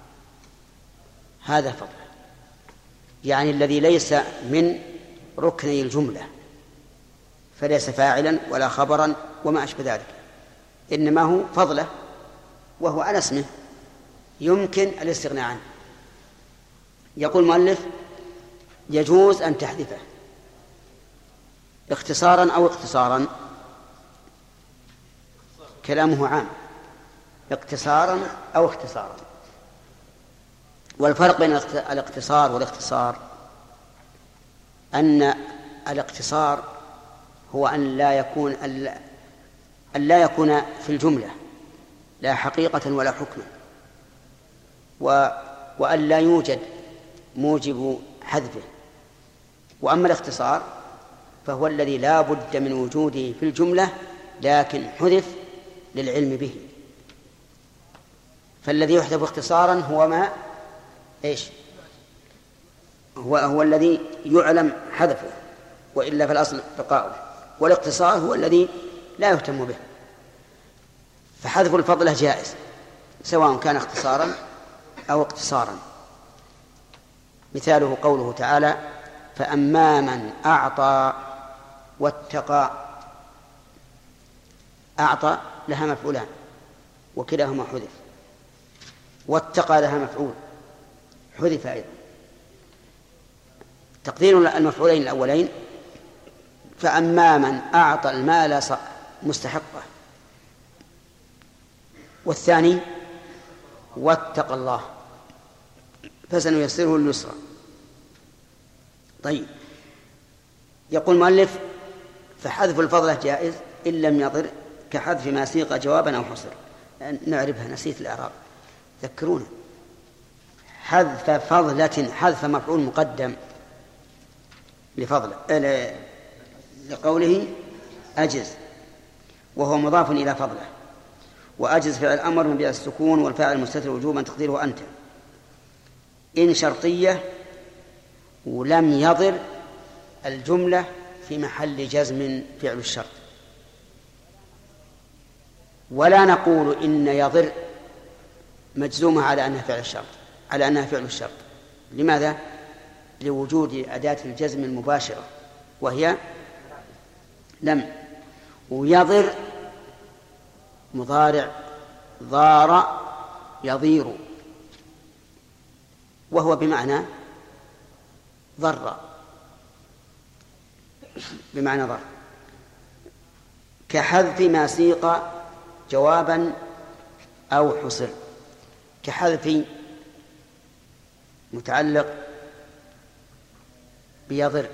هذا فضل، يعني الذي ليس من ركني الجملة، فليس فاعلا ولا خبرا وما أشبه ذلك، إنما هو فضلة وهو على اسمه يمكن الاستغناء عنه. يقول المؤلف يجوز أن تحذفه اختصارا أو اقتصارا، كلامه عام، اقتصارا أو اختصارا. والفرق بين الاقتصار والاختصار أن الاقتصار هو أن لا يكون أن لا يكون في الجملة لا حقيقة ولا حكما، وأن لا يوجد موجب حذفه. وأما الاختصار فهو الذي لا بد من وجوده في الجملة لكن حذف للعلم به. فالذي يحذف اختصارا هو ما إيش هو هو الذي يعلم حذفه وإلا في الأصل بقاؤه، والاقتصار هو الذي لا يهتم به. فحذف الفضلة جائز سواء كان اختصارا أو اقتصارا. مثاله قوله تعالى فأما من أعطى واتقى. أعطى لها مفعولان وكلاهما حذف، واتقى لها مفعول حذف أيضا. تقدير المفعولين الأولين فأما من أعطى المال مستحقه، والثاني واتقى الله فسنيسره لليسرى. طيب، يقول المؤلف فحذف الفضلة جائز إن لم يضر كحذف ما سيق جوابا أو حصر. نعرفها، نسيت الإعراب، ذكرونا. حذف فضلة، حذف مفعول مقدم لفضلة لقوله أجز، وهو مضاف إلى فضلة. وأجز فعل الأمر من السكون والفاعل المستتر وجوبا تقديره أنت. إن شرطية ولم يضر الجملة في محل جزم فعل الشرط. ولا نقول إن يضر مجزومة على أنها فعل الشرط، على أنها فعل الشرط. لماذا؟ لوجود أداة الجزم المباشرة وهي لم. ويضر مضارع ضار يضير، وهو بمعنى ضر، بمعنى ضر. كحذف ما سيق جوابا أو حصر. كحذف متعلق بيضر،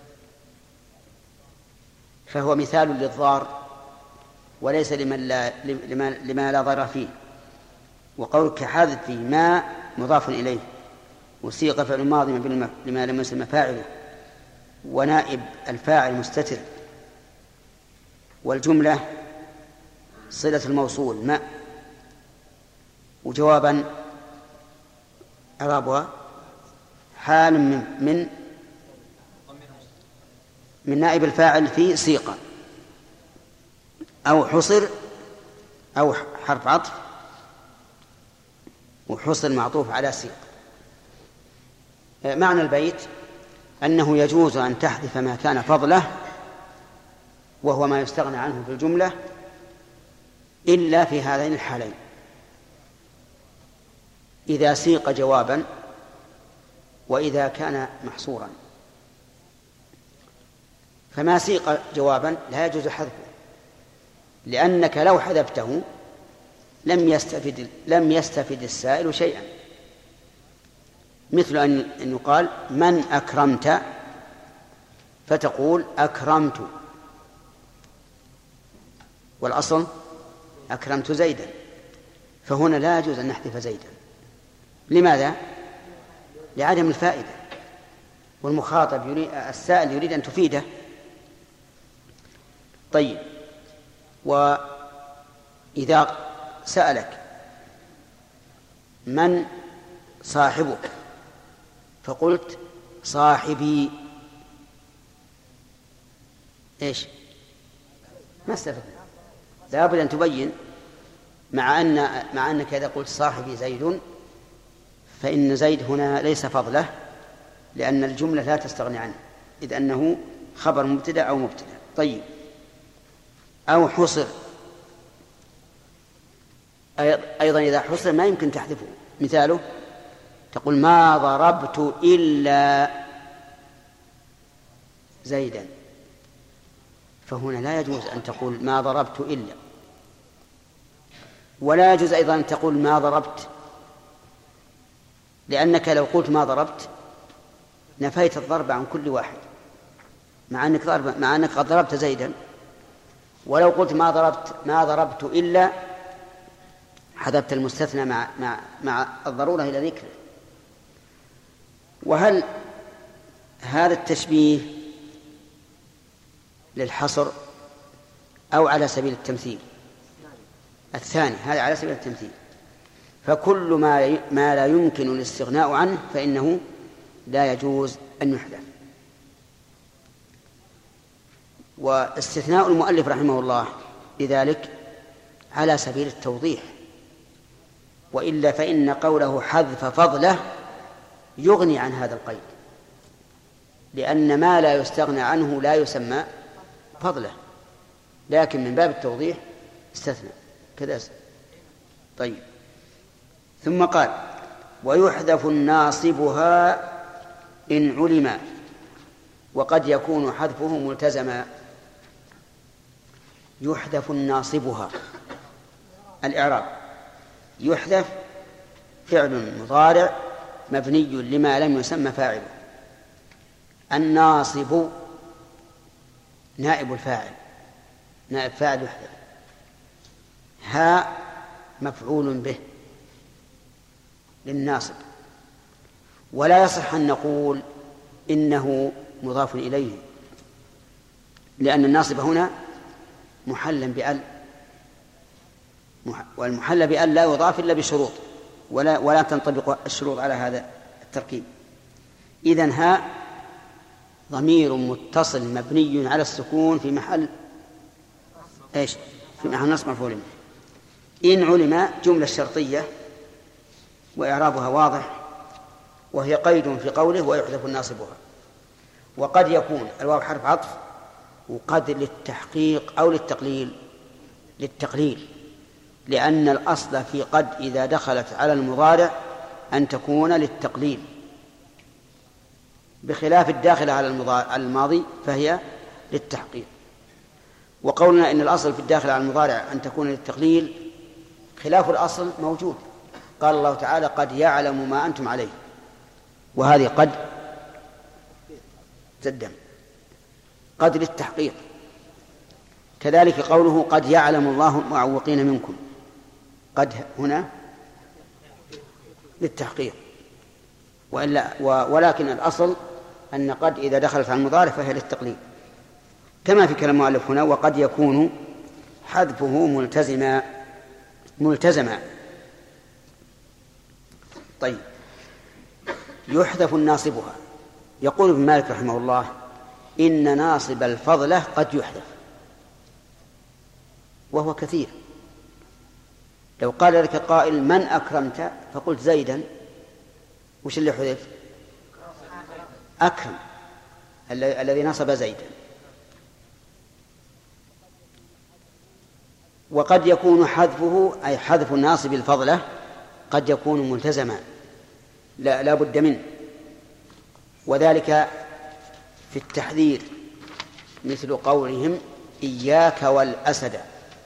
فهو مثال للضار وليس لمن لا لما, لما لا ضر فيه. وقول كحذف ما مضاف إليه، وسيق فعل ماضي لما لم يسمى فاعله، ونائب الفاعل مستتر، والجملة صلة الموصول ما، وجوابا إعرابها حال من من من نائب الفاعل في سيق، أو حصر أو حرف عطف، وحصر معطوف على سيق. معنى البيت أنه يجوز أن تحذف ما كان فضله وهو ما يستغنى عنه في الجملة إلا في هذين الحالين: إذا سيق جوابا وإذا كان محصورا. فما سيق جوابا لا يجوز حذفه، لأنك لو حذفته لم يستفد لم يستفد السائل شيئا. مثل أن يقال من أكرمت، فتقول أكرمت، والأصل أكرمت زيدا، فهنا لا يجوز أن نحذف زيدا. لماذا؟ لعدم الفائدة، والمخاطب يريد السائل يريد أن تفيده. طيب، وإذا سألك من صاحبك، فقلت صاحبي، إيش؟ ما استفدنا. لا بد أن تبين، مع أن مع أنك إذا قلت صاحبي زيد فإن زيد هنا ليس فضله، لأن الجملة لا تستغني عنه، إذ أنه خبر مبتدأ أو مبتدأ. طيب، أو حصر، أيضا إذا حصر ما يمكن تحذفه. مثاله تقول ما ضربت إلا زيدا، فهنا لا يجوز أن تقول ما ضربت إلا، ولا يجوز أيضا أن تقول ما ضربت، لأنك لو قلت ما ضربت نفيت الضرب عن كل واحد، مع أنك ضرب مع أنك قد ضربت زيدا. ولو قلت ما ضربت ما ضربت إلا حذفت المستثنى مع مع مع الضرورة إلى ذكره. وهل هذا التشبيه للحصر أو على سبيل التمثيل؟ الثاني، هذا على سبيل التمثيل. فكل ما ما لا يمكن الاستغناء عنه فإنه لا يجوز أن يحذف. واستثناء المؤلف رحمه الله لذلك على سبيل التوضيح، وإلا فإن قوله حذف فضله يغني عن هذا القيد، لأن ما لا يستغنى عنه لا يسمى فضله، لكن من باب التوضيح استثنى كذا. طيب، ثم قال ويحذف ناصبها إن علم، وقد يكون حذفه ملتزما. يحذف ناصبها، الإعراب: يحذف فعل مضارع مبني لما لم يسمى فاعله. الناصب نائب الفاعل، نائب فاعل يحذف. ها مفعول به للناصب، ولا يصح أن نقول إنه مضاف إليه، لأن الناصب هنا محلا بأل، والمحل بأل لا يضاف إلا بشروط، ولا ولا تنطبق الشروط على هذا التركيب. إذن ها ضمير متصل مبني على السكون في محل ايش؟ في محل نصب مفعول به. إن علم جملة شرطية وإعرابها واضح، وهي قيد في قوله ويحذف ناصبها. وقد يكون الواو حرف عطف، وقد للتحقيق أو للتقليل، للتقليل، لأن الأصل في قد إذا دخلت على المضارع أن تكون للتقليل، بخلاف الداخلة على الماضي فهي للتحقيق. وقولنا إن الأصل في الداخل على المضارع أن تكون للتقليل خلاف الأصل موجود. قال الله تعالى قد يعلم ما أنتم عليه، وهذه قد تدم قد للتحقيق. كذلك قوله قد يعلم الله المعوقين منكم، قد هنا للتحقيق، وإلا ولكن الأصل أن قد إذا دخلت على المضارع فهي للتقليل، كما في كلام المؤلف هنا وقد يكون حذفه ملتزما ملتزما. طيب، يحذف ناصبها. يقول ابن مالك رحمه الله إن ناصب الفضلة قد يحذف، وهو كثير. لو قال لك قائل من أكرمت فقلت زيدا، وش اللي حذف؟ أكرم الذي نصب زيدا. وقد يكون حذفه أي حذف ناصب الفضلة قد يكون ملتزما لا, لا بد منه، وذلك في التحذير مثل قولهم إياك والأسد،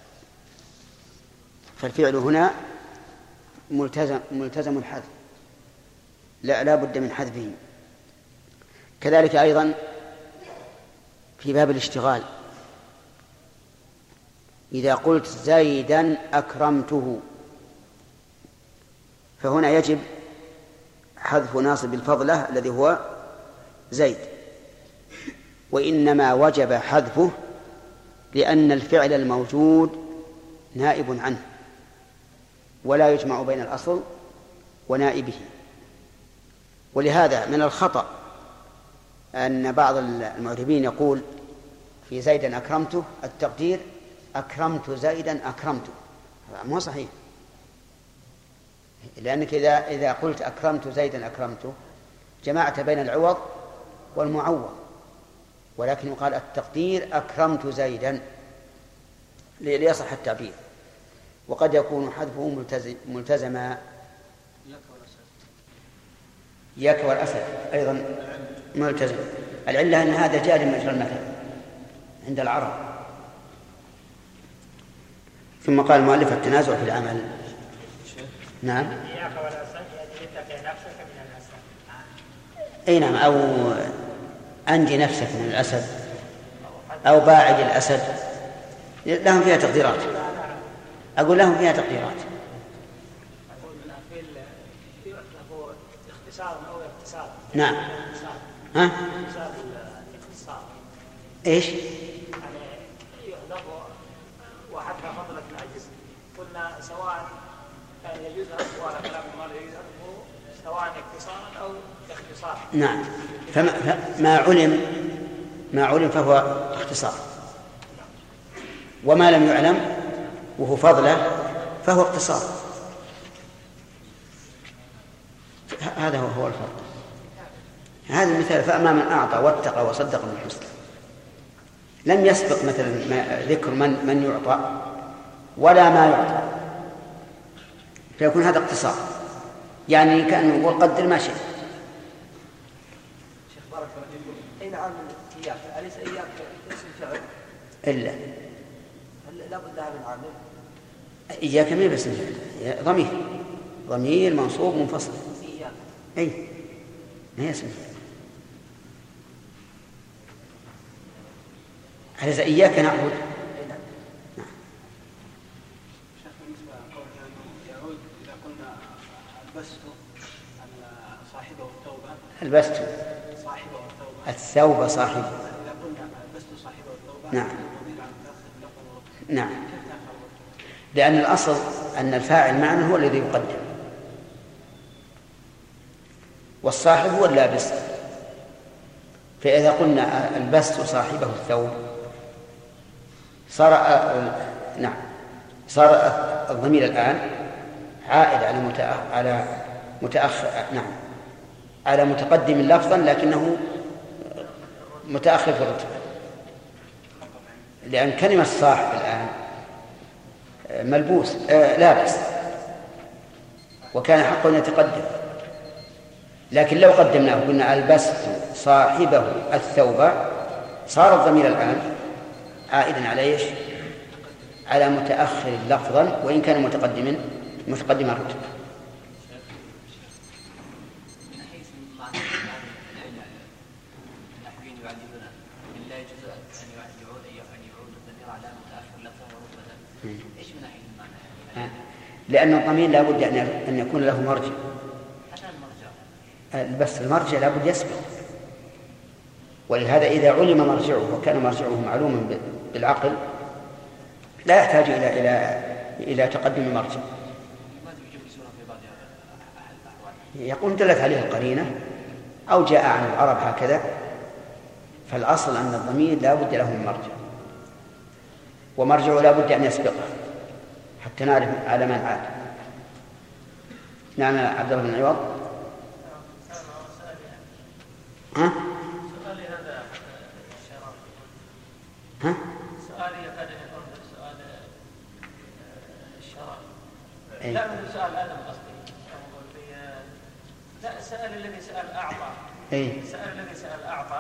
فالفعل هنا ملتزم ملتزم الحذف، لا لا بد من حذفه. كذلك أيضا في باب الاشتغال إذا قلت زيدا أكرمته، فهنا يجب حذف ناصب الفضلة الذي هو زيد، وإنما وجب حذفه لأن الفعل الموجود نائب عنه، ولا يجمع بين الأصل ونائبه. ولهذا من الخطأ أن بعض المعربين يقول في زيدا أكرمته التقدير أكرمت زيدا أكرمته، مو صحيح، لأنك إذا إذا قلت أكرمت زيدا أكرمته جمعت بين العوض والمعوض، ولكن يقال التقدير أكرمت زيدا ليصح التعبير. وقد يكون حذفه ملتزما ياك والأسد أيضا ملتزم. العلة أن هذا جار مجرى المثل عند العرب. ثم قال المؤلف التنازع في العمل. نعم. إياك والأسد يجريك نفسك من الأسد. أي نعم، أو أنجي نفسك من الأسد أو باعد الأسد، لهم فيها تقديرات. أقول لهم فيها تقديرات. أقول من أفيل اختصار أو اختصار. نعم. ها؟ اختصار الاختصار. إيش؟ يعني يحذف وحتى فضلة العجز. قلنا سواء كان يجوز حذفه على كلام المال يجوز حذفه سواء اختصارا أو اختصارا. نعم. فما ما علم ما علم فهو اختصار، وما لم يعلم وهو فضله فهو اقتصار. هذا هو هو الفرق. هذا المثال. فأما من أعطى واتقى وصدق بالحسنى، لم يسبق مثلا ذكر من من يعطى ولا ما يعطى، فيكون هذا اقتصار، يعني كأنه يقول قدر ما شئت. شيخ بارك الله فيكم، أين عامل إياك؟ أليس إياك اسم فعل؟ إلا هل لا بد من عامل؟ إياك ما بس ضمير ضمير منصوب منفصل. إياك. أي ما هي اسم هذا إياك نعبد. نعم. شيخ بالنسبة لقوله يعود إذا قلنا البست صاحبه التوبة البست صاحبه التوبة الثوب صاحبه. إذا قلنا البست صاحبه التوبة نعم. نعم، لأن الأصل أن الفاعل معنا هو الذي يقدم، والصاحب هو اللابس. فإذا قلنا البست صاحبه الثوب صار نعم صار الضمير الآن عائد على متأخر على متأخر نعم على متقدم لفظا لكنه متأخر في الرتبة، لأن كلمة صاحب الآن ملبوس آه لابس، وكان حقا يتقدم. لكن لو قدمناه قلنا البست صاحبه الثوب صار الضمير الآن عائدا على ايش؟ على متأخر لفظا وإن كان متقدما متقدما الرتبة. لأن الضمير لا بد أن يكون له مرجع. بس المرجع لا بد يسبق، ولهذا إذا علم مرجعه وكان مرجعه معلوما بالعقل لا يحتاج إلى إلى إلى تقدم مرجع. يقول دلت عليه القرينة أو جاء عن العرب هكذا، فالأصل أن الضمير لا بد له من مرجع، ومرجعه لا بد أن يسبقه حتى نعرف على من عاد. نعم عبد الله بن عوض. ها؟ سؤالي هذا الشراب. ها؟ سؤالي يكاد يكون سؤال الشراب. أي. لا من سؤال آدم قصدي. لا السؤال الذي سأل أعطى. أي. السؤال الذي سأل أعطى.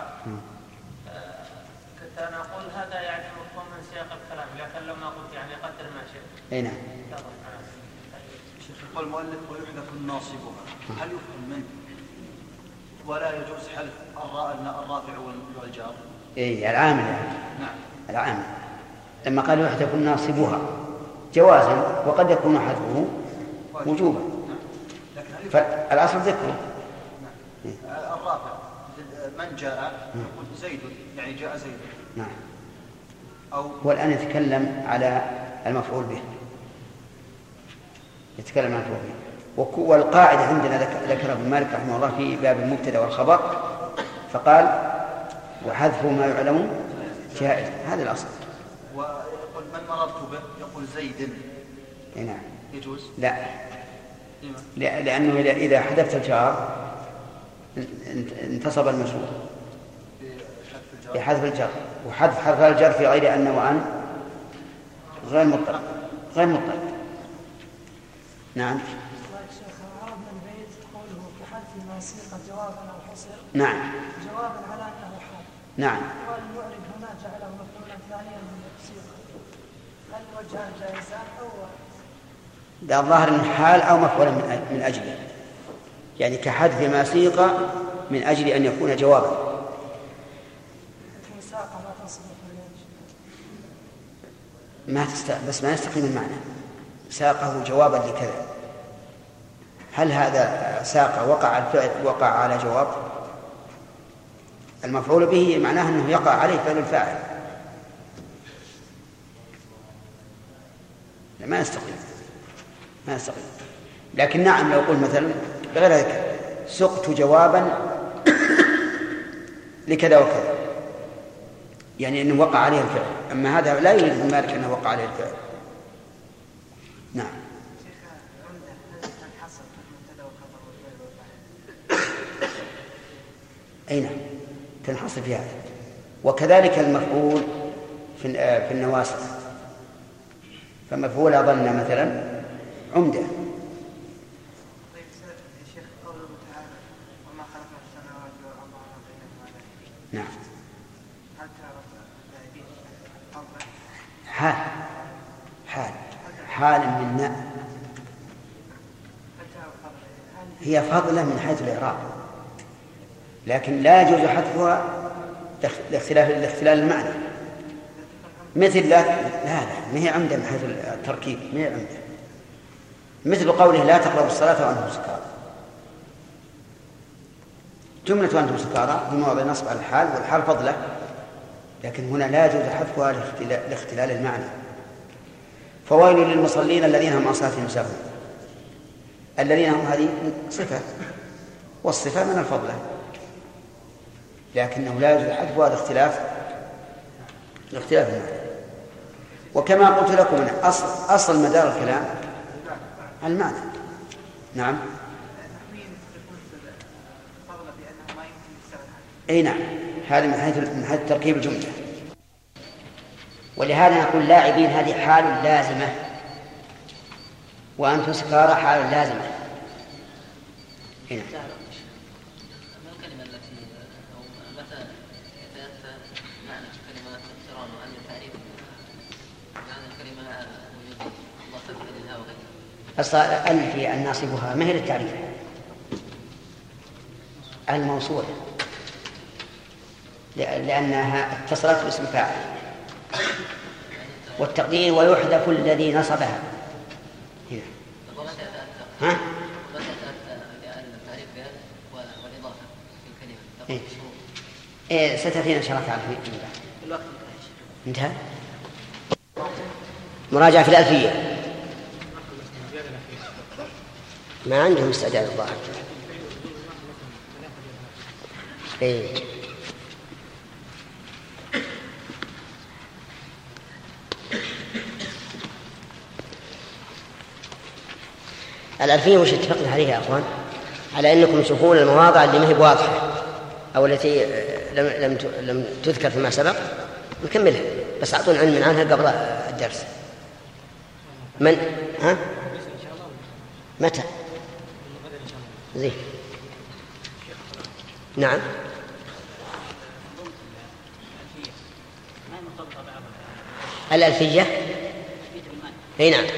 كنت أنا أقول هذا يعني مفهوم من سياق الكلام، لكن لما قلت يعني قدر ما شئت. أي نعم. شيخ يقول المؤلف ويحذف الناصبها، هل يفهم منه ولا يجوز حذف الرافع والجار؟ إيه العامل يعني. نعم العامل لما قال يحذف ناصبها جوازا وقد يكون حذفه وجوبا، فالأصل ذكره. نعم. الرافع من جاء يقول زيد يعني جاء زيد. نعم. أو هو الآن يتكلم على المفعول به، يتكلم عن المفعول به. والقاعدة عندنا ذكر ابن مالك رحمه الله في باب المبتدأ والخبر فقال وحذف ما يعلم جائز. هذا الأصل. ويقول من مررت به يقول زيد. نعم. يجوز؟ لا. لا لأنه إذا حذفت الجار انتصب المجرور بحذف الجر، وحذف حرف الجر في غير أن وأن غير مطلق غير مطلق. نعم. نعم. جوابا على انه حال. نعم. والمعرب هنا جعله مفعولا ثانيا للصيغه. هل وجهان جائزان او ده الظاهر انه حال او مفعول من اجله، يعني كحذف ما سيق من اجل ان يكون جوابا. ما تست... بس ما يستقيم المعنى. ساقه جوابا لكذا، هل هذا ساق وقع الفعل وقع على جواب؟ المفعول به معناه أنه يقع عليه فعل الفاعل. ما يستقيم ما يستقيم. لكن نعم لو قلت مثلا بغير ذلك سقت جوابا لكذا وكذا، يعني أنه وقع عليه الفعل. أما هذا لا يريد ابن مالك أنه وقع عليه الفعل. نعم. أي نعم تنحصر في هذا. وكذلك المفعول في في النواسخ، فمفعول أظن مثلا عمدة. طيب يا شيخ قوله تعالى وما خلقنا السماوات والأرض وما بينهما لاعبين. نعم. هل تعرف لاعبين أفضل؟ حال حال حال من ناء، هي فضلة من حيث الإعراب، لكن لا يجوز حذفها لاختلاف الاختلال المعنى. مثل لا لا ما هي عمدة من حيث التركيب، ما هي عمدة. مثل قوله لا تقربوا الصلاة وأنتم سكارى، جملة وأنتم سكارى بموضع نصب على الحال، والحال فضلة، لكن هنا لا يجوز حذفها لاختلال المعنى. فويل للمصلين الذين هم عن صلاتهم ساهون. الذين هم هذه صفة، والصفة من الفضلة، لكنه لا يجوز حذفها لاختلاف لاختلاف المعنى. وكما قلت لكم من أصل أصل مدار الكلام المعنى. نعم. أي نعم، هذا من حيث من حيث تركيب الجملة. ولهذا نقول لاعبين هذه حال لازمة، وأنتم سكارى حال لازمة. هنا. ما الكلمة التي أو متى يتأتى معنى كلمات الاقتران وأن التعريف معنى الكلمة وجود الله تعالى لها وغيرها؟ أصلا ألف الناصبها ما هي للتعريف، الموصولة، لأنها اتصلت باسم فاعل، والتقدير ويحذف الذي نصبها. هنا. ها؟ إيه. إيه ستأتينا إن شاء الله تعالى في الوقت. انتهى. مراجعة في الألفية ما عندهم استعداد الظاهر. إيه. الألفية وش اتفقنا عليها يا أخوان؟ على أنكم تشوفون المواضع اللي ما هي واضحة أو التي لم لم لم تذكر فيما سبق نكملها، بس أعطونا علم عنها قبل الدرس. من ها؟ متى؟ زين. نعم. الألفية. أي نعم.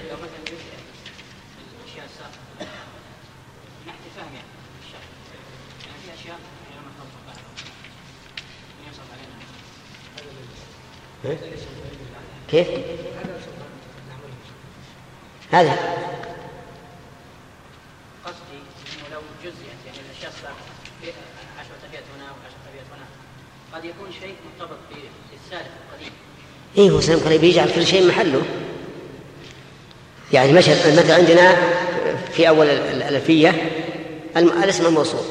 كيف؟ هذا قصدي انه لو جزئت يعني الاشياء عشرة ابيات هنا وعشرة ابيات هنا قد يكون شيء مرتبط بالسالف القديم. ايه هو سلام قريب يجعل كل شيء محله. يعني مثلا عندنا في أول الألفية الاسم الموصول،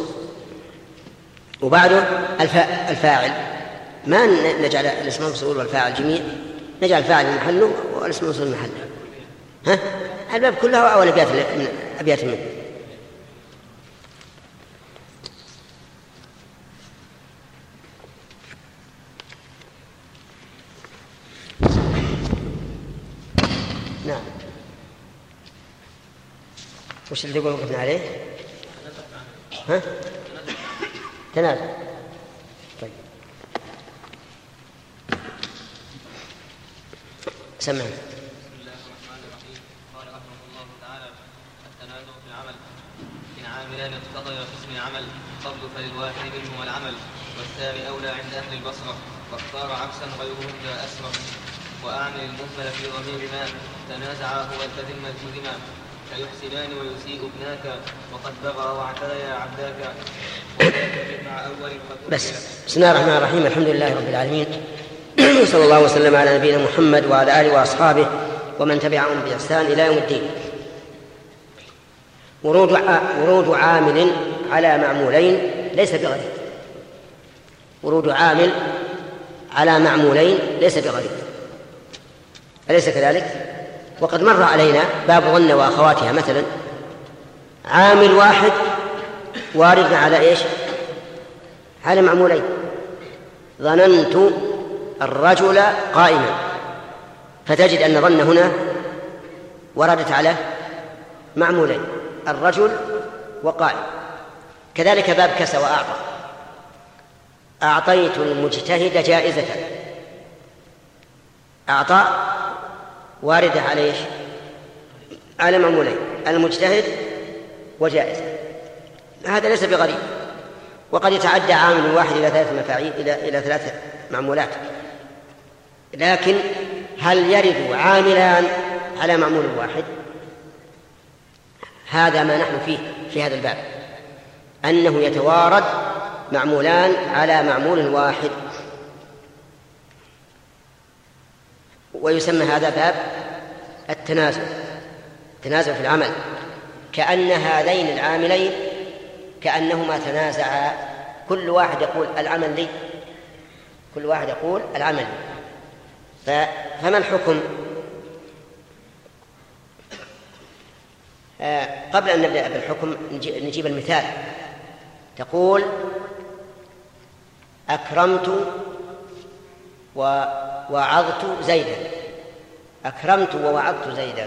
وبعده الفاعل. ما نجعل الاسم الموصول والفاعل جميع، نجعل الفاعل محله والاسم الموصول محله. ها الباب كلها أول أبيات من أبيات منه. نعم. وش اللي يقول وقفنا عليه؟ ها؟ تنازع. طيب سمعنا. بسم الله الرحمن الرحيم. قال رحمه الله تعالى: التنازع في العمل إن عاملان اقتضيا في اسم العمل قبل فللواحد منهما العمل، والثاني أولى عند أهل البصرة، واختار عكسا غيرهم لا أسرى. وأعمل المهمل في ضمير ما تنازعا هو التذم التزما، كيحسنان ويسيء ابناك وقد بغى واعتديا عبداك. مع أول بس. بسم الله الرحمن الرحيم. الحمد لله رب العالمين، صلى الله وسلم على نبينا محمد وعلى آله وأصحابه ومن تبعهم بإحسان إلى يوم الدين. ورود ورود عامل على معمولين ليس بغريب. ورود عامل على معمولين ليس بغريب، أليس كذلك؟ وقد مر علينا باب ظن وأخواتها مثلا، عامل واحد واردنا على إيش؟ على معمولين. ظننت الرجل قائما، فتجد أن ظن هنا وردت على معمولين، الرجل وقائم. كذلك باب كسى وأعطى، أعطيت المجتهد جائزة، أعطى واردة على إيش؟ على معمولين، المجتهد وجائزة. هذا ليس بغريب، وقد يتعدى عامل واحد إلى ثلاث مفاعيل إلى إلى ثلاث معمولات. لكن هل يرد عاملان على معمول واحد؟ هذا ما نحن فيه في هذا الباب، أنه يتوارد معمولان على معمول واحد، ويسمى هذا باب التنازع، التنازع في العمل، كأن هذين العاملين كأنهما تنازعا، كل واحد يقول العمل لي، كل واحد يقول العمل لي. فما الحكم؟ آه قبل أن نبدأ بالحكم نجيب المثال. تقول أكرمت ووعظت زيدا، أكرمت ووعظت زيدا.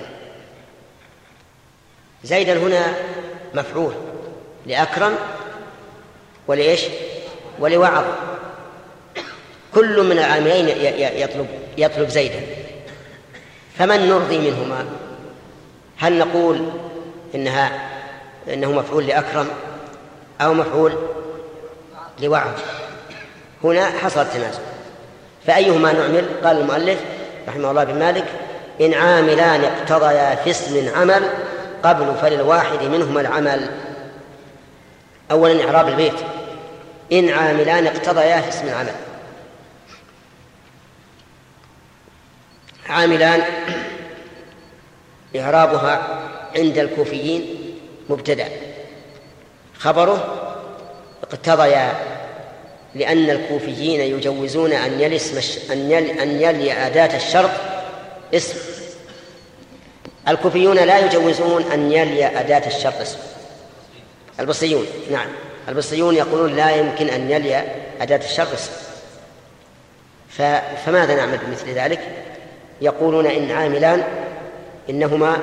زيدا هنا مفعول لأكرم ولإيش؟ ولوعظ. كل من العاملين يطلب يطلب زيدا، فمن نرضي منهما؟ هل نقول إنها إنه مفعول لأكرم أو مفعول لوعظ؟ هنا حصل التنازع، فأيهما نعمل؟ قال المؤلف رحمه الله بن مالك: إن عاملان اقتضيا في اسم عمل قبل فللواحد منهما العمل. أولا إعراب البيت: إن عاملان اقتضيا في اسم العمل. عاملان إعرابها عند الكوفيين مبتدأ، خبره اقتضيا، لأن الكوفيين يجوزون أن يلي اسم أن يلي, أن يلي أداة الشرط اسم. الكوفيون لا يجوزون أن يلي أداة الشرط اسم. البصريون نعم البصريون يقولون لا يمكن أن يلي أداة الشرط اسم. فماذا نعمل بمثل ذلك؟ يقولون إن عاملان إنهما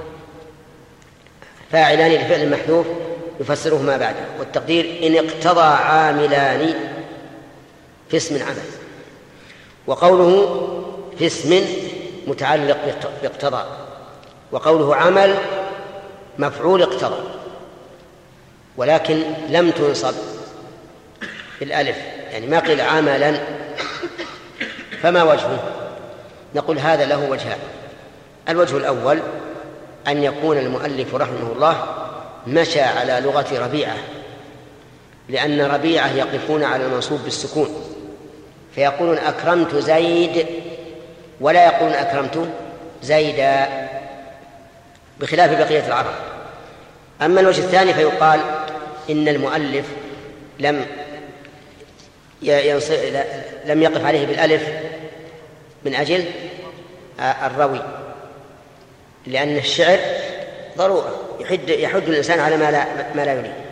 فاعلان لفعل محذوف يفسره ما بعده، والتقدير إن اقتضى عاملان في اسم عمل. وقوله في اسم متعلق باقتضى، وقوله عمل مفعول اقتضى، ولكن لم تنصب بالألف، يعني ما قيل عملا. فما وجهه؟ نقول هذا له وجهان. الوجه الأول أن يكون المؤلف رحمه الله مشى على لغة ربيعة، لأن ربيعة يقفون على المنصوب بالسكون، فيقولون أكرمت زيد ولا يقولون أكرمت زيدا، بخلاف بقية العرب أما الوجه الثاني فيقال إن المؤلف لم ينص... لم يقف عليه بالألف من أجل الروي، لأن الشعر ضرورة يحد, يحد الإنسان على ما لا, ما لا يريد.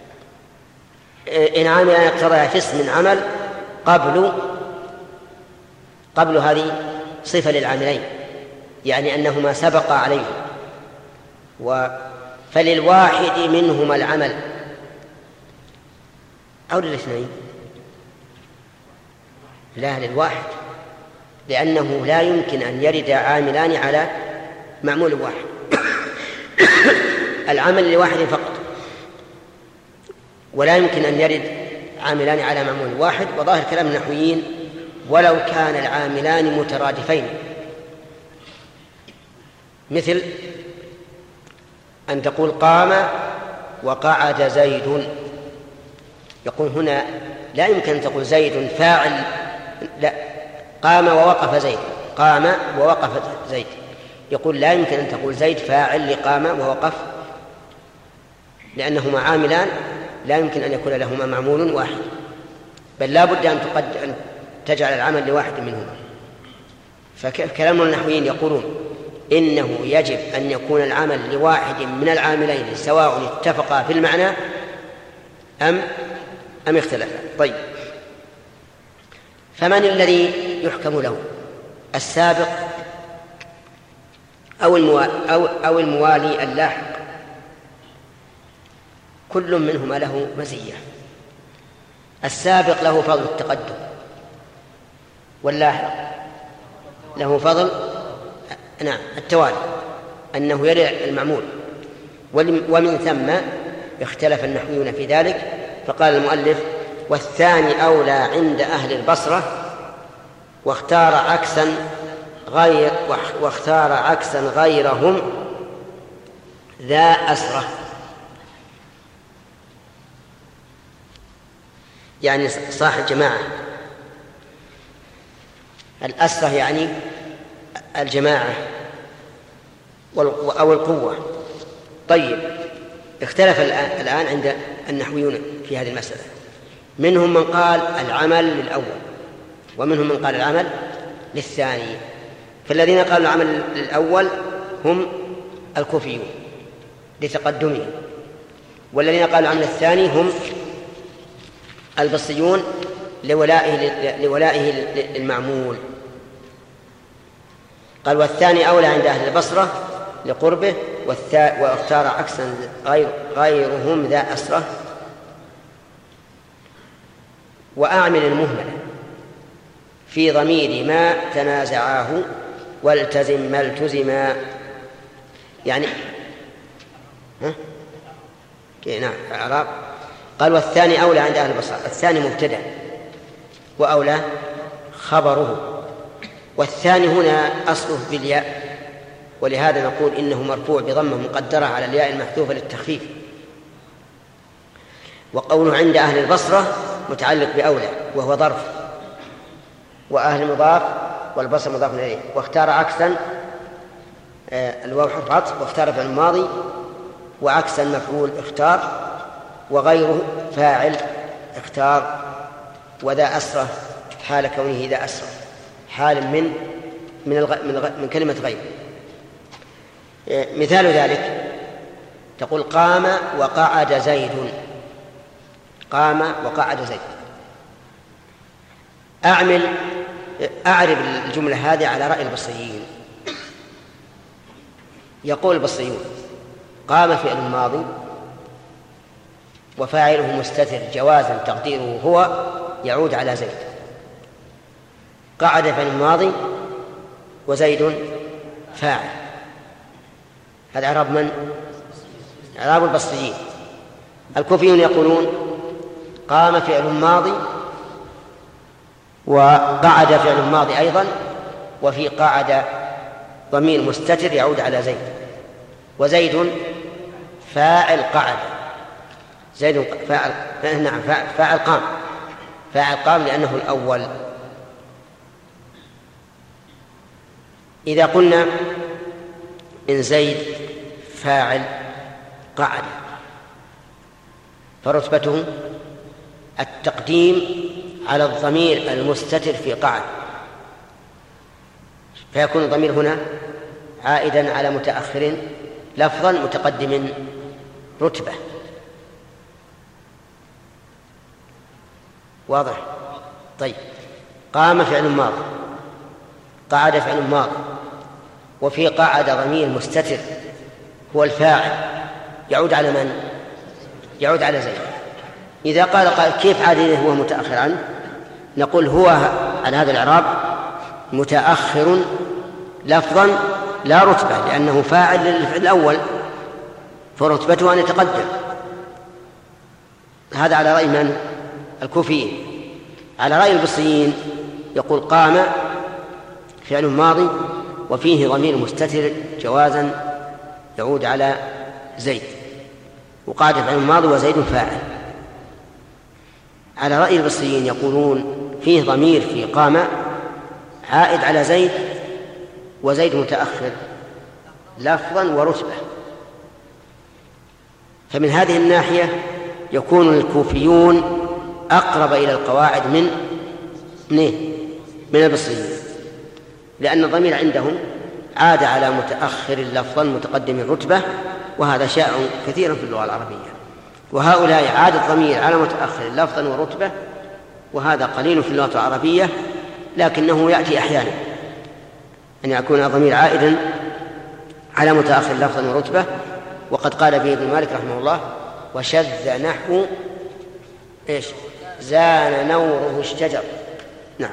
إن عامل أن يقتضيها في اسم عمل قبل قبل هذه صفة للعاملين، يعني أنهما سبق عليه، فللواحد منهما العمل أو للاثنين؟ لا، للواحد، لأنه لا يمكن أن يرد عاملان على معمول واحد. العمل لواحد فقط، ولا يمكن أن يرد عاملان على معمول واحد. وظاهر كلام النحويين ولو كان العاملان مترادفين، مثل أن تقول قام وقعد زيد، يقول هنا لا يمكن أن تقول زيد فاعل، لا، قام ووقف زيد، قام ووقف زيد، يقول لا يمكن أن تقول زيد فاعل لقام ووقف، لأنهما عاملان لا يمكن أن يكون لهما معمول واحد، بل لا بد أن, تقد... أن تجعل العمل لواحد منهما. فكلام النحويين يقولون إنه يجب أن يكون العمل لواحد من العاملين سواء اتفقا في المعنى أم أم اختلفا. طيب، فمن الذي يحكم له؟ السابق أو الموالي, أو أو الموالي اللاحق؟ كل منهما له مزية. السابق له فضل التقدم، واللاحق له فضل نعم التوالي، أنه يرى المعمول. ومن ثم اختلف النحويون في ذلك، فقال المؤلف: والثاني أولى عند أهل البصرة، واختار عكسا غير واختار عكسا غيرهم ذا أسرة. يعني صاحب جماعة، الأسرة يعني الجماعة أو القوة. طيب، اختلف الآن عند النحويون في هذه المسألة، منهم من قال العمل للأول، ومنهم من قال العمل للثاني. فالذين قالوا العمل للأول هم الكوفيون لتقدمه، والذين قالوا العمل الثاني هم البصريون لولائه لولائه المعمول. قال: والثاني أولى عند أهل البصرة لقربه، واختار عكسا غير غيرهم ذا أسرة. وأعمل المهملة في ضمير ما تنازعاه، والتزم ما التزما. يعني ها؟ نعم، إعراب. قال: والثاني أولى عند أهل البصرة. الثاني مبتدأ، وأولى خبره، والثاني هنا أصله بالياء، ولهذا نقول إنه مرفوع بضمة مقدرة على الياء المحذوفة للتخفيف. وقوله عند أهل البصرة متعلق بأولى، وهو ظرف، وأهل مضاف، والبصر مضاف إليه. واختار عكسا، آه الواو حرف عطف، واختار فعل ماضي، وعكسا مفعول اختار، وغيره فاعل اختار، وذا أسرة حال كونه ذا أسرة، حال من من, الغ... من, الغ... من كلمة غير. مثال ذلك تقول: قام وقعد زيد. قام وقعد زيد. أعمل أعرب الجملة هذه على رأي البصريين. يقول البصريون: قام فعل ماضي وفاعله مستتر جوازا تقديره هو يعود على زيد. قعد فعل ماضي وزيد فاعل. هذا إعراب من؟ إعراب البصريين. الكوفيون يقولون: قام فعل ماضي وقعد فعل ماضي أيضا، وفي قعد ضمير مستتر يعود على زيد، وزيد فاعل قعد. زيد فاعل نعم فاعل قام فاعل قام لأنه الأول. إذا قلنا إن زيد فاعل قعد فرتبته التقديم على الضمير المستتر في قعد، فيكون الضمير هنا عائدا على متأخر لفظا متقدم رتبة. واضح؟ طيب، قام فعل ماض، قعد فعل ماض، وفي قعد ضمير مستتر هو الفاعل يعود على من؟ يعود على زيد. إذا قال قال كيف عاد هو متأخر عنه؟ نقول هو على هذا الإعراب متأخر لفظا لا رتبة، لأنه فاعل للفعل الأول فرتبته أن يتقدم. هذا على رأي من؟ الكوفيين. على رأي البصريين يقول قام فعل ماضي وفيه ضمير مستتر جوازا يعود على زيد، وقعد فعل ماضي وزيد فاعل. على رأي البصريين يقولون فيه ضمير في قام عائد على زيد، وزيد متأخر لفظا ورتبة. فمن هذه الناحية يكون الكوفيون أقرب إلى القواعد من من البصريين، لأن الضمير عندهم عاد على متأخر لفظا متقدم الرتبة، وهذا شائع كثيرا في اللغة العربية. وهؤلاء عاد الضمير على متأخر لفظا ورتبة، وهذا قليل في اللغة العربية، لكنه يأتي أحيانا أن يكون الضمير عائدا على متأخر لفظا ورتبة. وقد قال به ابن مالك رحمه الله: وشذ نحو إيش؟ زان نوره اشتجر. نعم.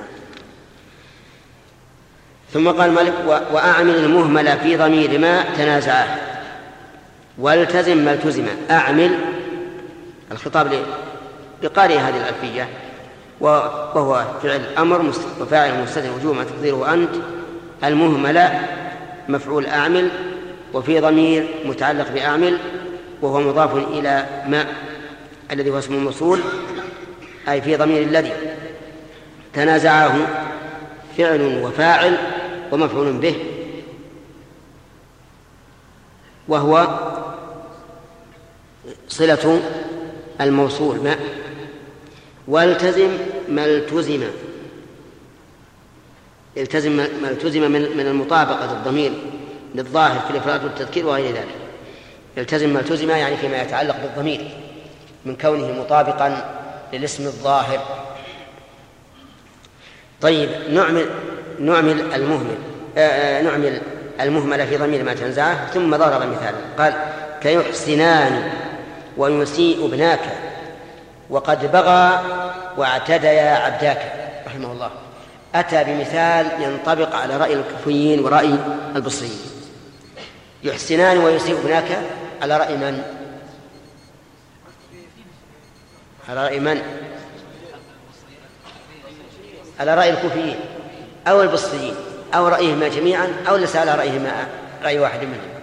ثم قال مالك: وأعمل المهمل في ضمير ما تنازعاه والتزم ما التزم. أعمل الخطاب لقارئ هذه الألفية، وهو فعل أمر وفاعل مستتر وجوبا تقديره أنت. المهمل مفعول أعمل، وفي ضمير متعلق بأعمل وهو مضاف إلى ما الذي هو اسم الموصول، أي في ضمير الذي تنازعه فعل وفاعل ومفعول به، وهو صلة الموصول ما. والتزم ما التزم. التزم ما التزم من المطابقة الضمير للظاهر في الإفراد والتذكير وغير ذلك. التزم ما التزم يعني فيما يتعلق بالضمير من كونه مطابقا للاسم الظاهر. طيب، نعمل نعمل المهمل آه نعمل المهمل في ضمير ما تنزعه. ثم ضرب مثالا قال: كيحسنان ويسيء ابناك وقد بغى واعتديا عبداك. رحمه الله أتى بمثال ينطبق على رأي الكوفيين ورأي البصريين. يحسنان ويسيء ابناك على رأي من؟ على رأي من؟ على رأي الكوفيين أو البصريين أو رأيهما جميعا، أو ليس على رأيهما رأي واحد منهم.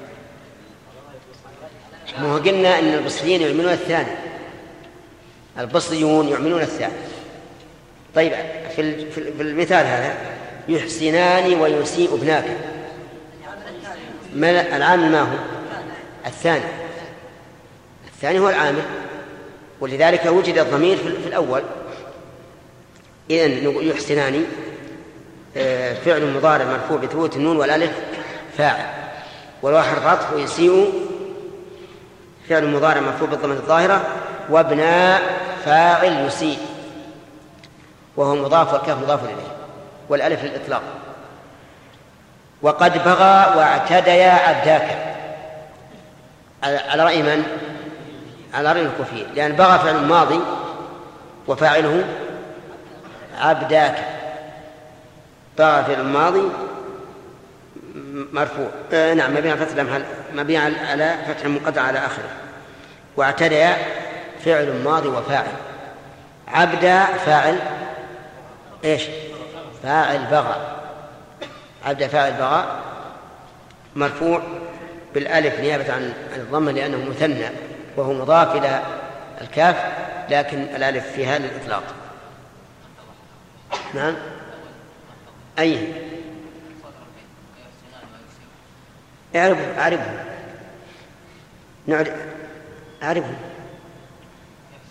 ما قلنا أن البصريين يؤمنون الثاني، البصريون يؤمنون الثاني. طيب، في في المثال هذا يحسنان ويسيء ابناك، العامل ما هو؟ الثاني. الثاني هو العامل، ولذلك وجد الضمير في الأول. إذن يحسنان فعل مضارع مرفوع بثبوت النون والألف فاعل، والواو حرف عطف، ويسيء فعل مضارع مرفوع بالضمة الظاهرة، وابناء فاعل يسيء وهو مضاف والكاف مضاف إليه والألف للإطلاق. وقد بغى واعتديا عبداك على رأي من؟ على رأي الكوفيين، لأن بغى فعل ماضي وفاعله عبداك. بغى فعل ماضي مرفوع آه نعم مبني على فتح مبني على فتح مقدر على آخره. واعتديا فعل ماضي وفاعل. عبدا فاعل ايش؟ فاعل بغى. عبدا فاعل بغى مرفوع بالالف نيابه عن الضمه لانه مثنى وهو مضاف الى الكاف، لكن الالف في هذا الاطلاق. نعم. اي اعرفه اعرفه نعرف اعرفه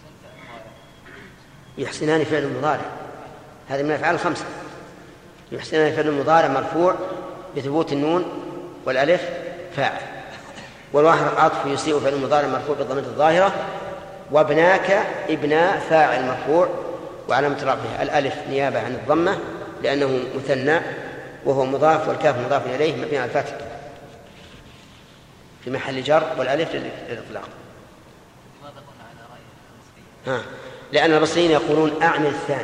يحسنان فعل مضارع، هذا من الأفعال الخمسة. يحسنان فعل مضارع مرفوع بثبوت النون والألف فاعل، والواحد العطف يسيء فعل مضارع مرفوع بالضمير الظاهرة، وابناك ابناء فاعل مرفوع وعلامة رفعه الألف نيابة عن الضمة لأنه مثنى وهو مضاف، والكاف مضاف إليه مبني على الفتح في محل جر، والألف للإطلاق. ها، لأن البصريين يقولون أعمل الثاني،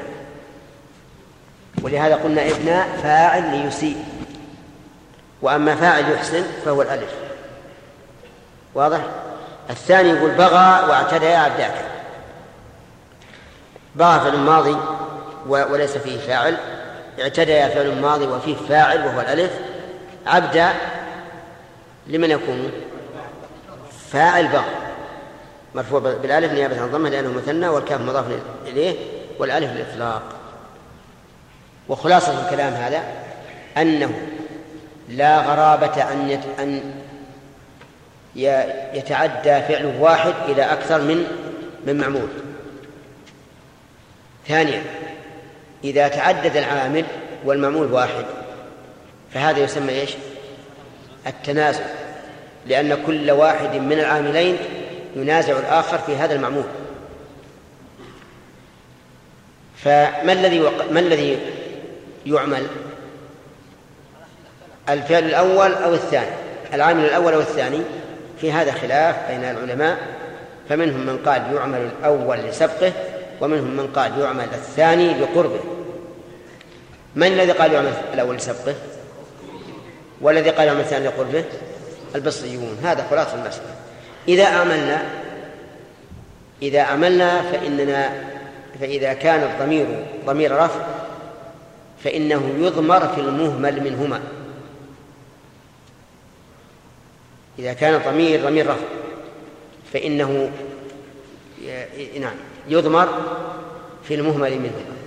ولهذا قلنا ابناء فاعل ليسيء، وأما فاعل يحسن فهو الألف. واضح؟ الثاني يقول بغى واعتدى عبداك. بغى فعل ماضي وليس فيه فاعل، اعتدى فعل ماضي وفيه فاعل وهو الألف، عبد لمن يكون فاعل بغى مرفوع بالألف نيابة عن الضمة لأنه مثنى، والكاف مضاف إليه والألف للإطلاق. وخلاصة الكلام هذا أنه لا غرابة أن أن يتعدى فعل واحد إلى أكثر من من معمول. ثانيا، إذا تعدد العامل والمعمول واحد فهذا يسمى إيش؟ التنازع، لأن كل واحد من العاملين ينازع الآخر في هذا المعمول. فما الذي وق... ما الذي يعمل؟ الفعل الأول أو الثاني؟ العامل الأول أو الثاني؟ في هذا خلاف بين العلماء، فمنهم من قال يعمل الأول لسبقه، ومنهم من قال يعمل الثاني لقربه. من الذي قال يعمل الأول لسبقه والذي قال يعمل الثاني لقربه؟ البصريون. هذا خلاص المسألة. إذا أعملنا إذا عملنا فإننا فإذا كان الضمير ضمير رفع فإنه يضمر في المهمل منهما. إذا كان ضمير ضمير رفع فإنه نعم يضمر في المهمل منهما.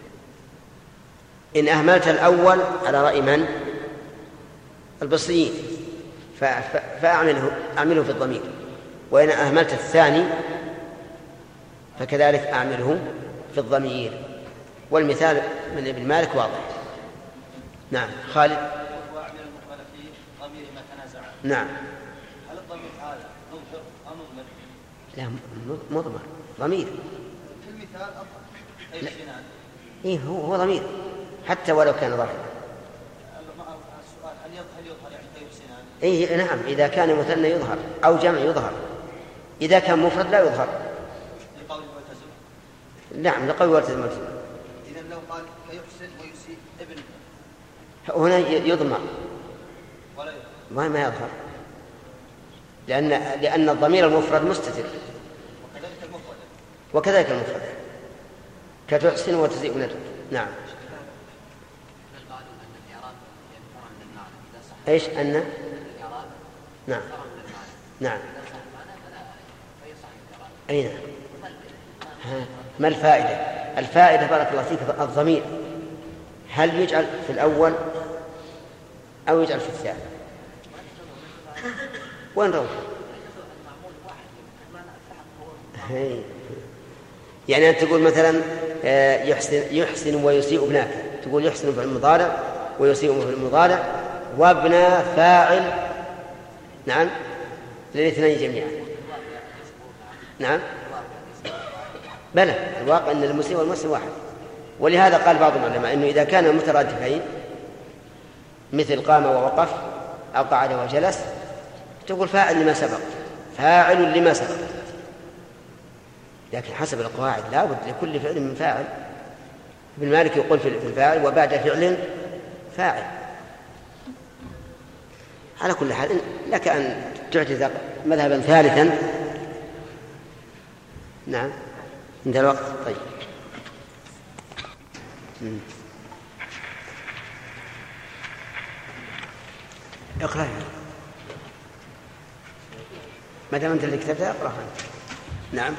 إن أهملت الأول على رأي من؟ البصريين، فأعمله أعمله في الضمير، وإن أهملت الثاني فكذلك أعمله في الضمير. والمثال من ابن مالك واضح. نعم خالد. وأعمل المخالف في ضمير ما تنازع. نعم. هل الضمير هذا مضمر أم مضمر؟ لا مضمر ضمير. في المثال أفضل. أي سنان. إيه هو هو ضمير حتى ولو كان ظاهرا. السؤال هل يظهر يظهر يعني طيب سنان؟ إيه نعم، إذا كان مثنى يظهر أو جمع يظهر، إذا كان مفرد لا يظهر. لقول المعتزلة. نعم لقول المعتزلة. إذا لو قال فيحسن ويسيء ابن هنا يضمر ولا يظهر. ما يظهر لأن لأن الضمير المفرد مستتر. وكذلك المفرد. وكذلك المفرد كتحسن وتسيء ندر. نعم. ايش ان نعم نعم اي نعم. ما الفائده؟ الفائده بارك الله فيك الضمير هل يجعل في الاول او يجعل في الثاني؟ وين روح؟ يعني أنت تقول مثلا يحسن يحسن ويسيء ابناك، تقول يحسن في المضارع ويسيء في المضارع، وابنى فاعل نعم للاثنين جميعا. نعم بلى، الواقع أن المسيء والمحسن واحد. ولهذا قال بعض العلماء أنه إذا كان مترادفين مثل قام ووقف أو قعد وجلس تقول فاعل لما سبق، فاعل لما سبق. لكن حسب القواعد لا بد لكل فعل من فاعل. ابن مالك يقول في الفاعل وبعد فعل فاعل. على كل حال لك أن تعتذر مذهبا ثالثا. نعم عند الوقت. طيب مم. اقرأ ما دام أنت اللي كتبتها اقرأها. نعم.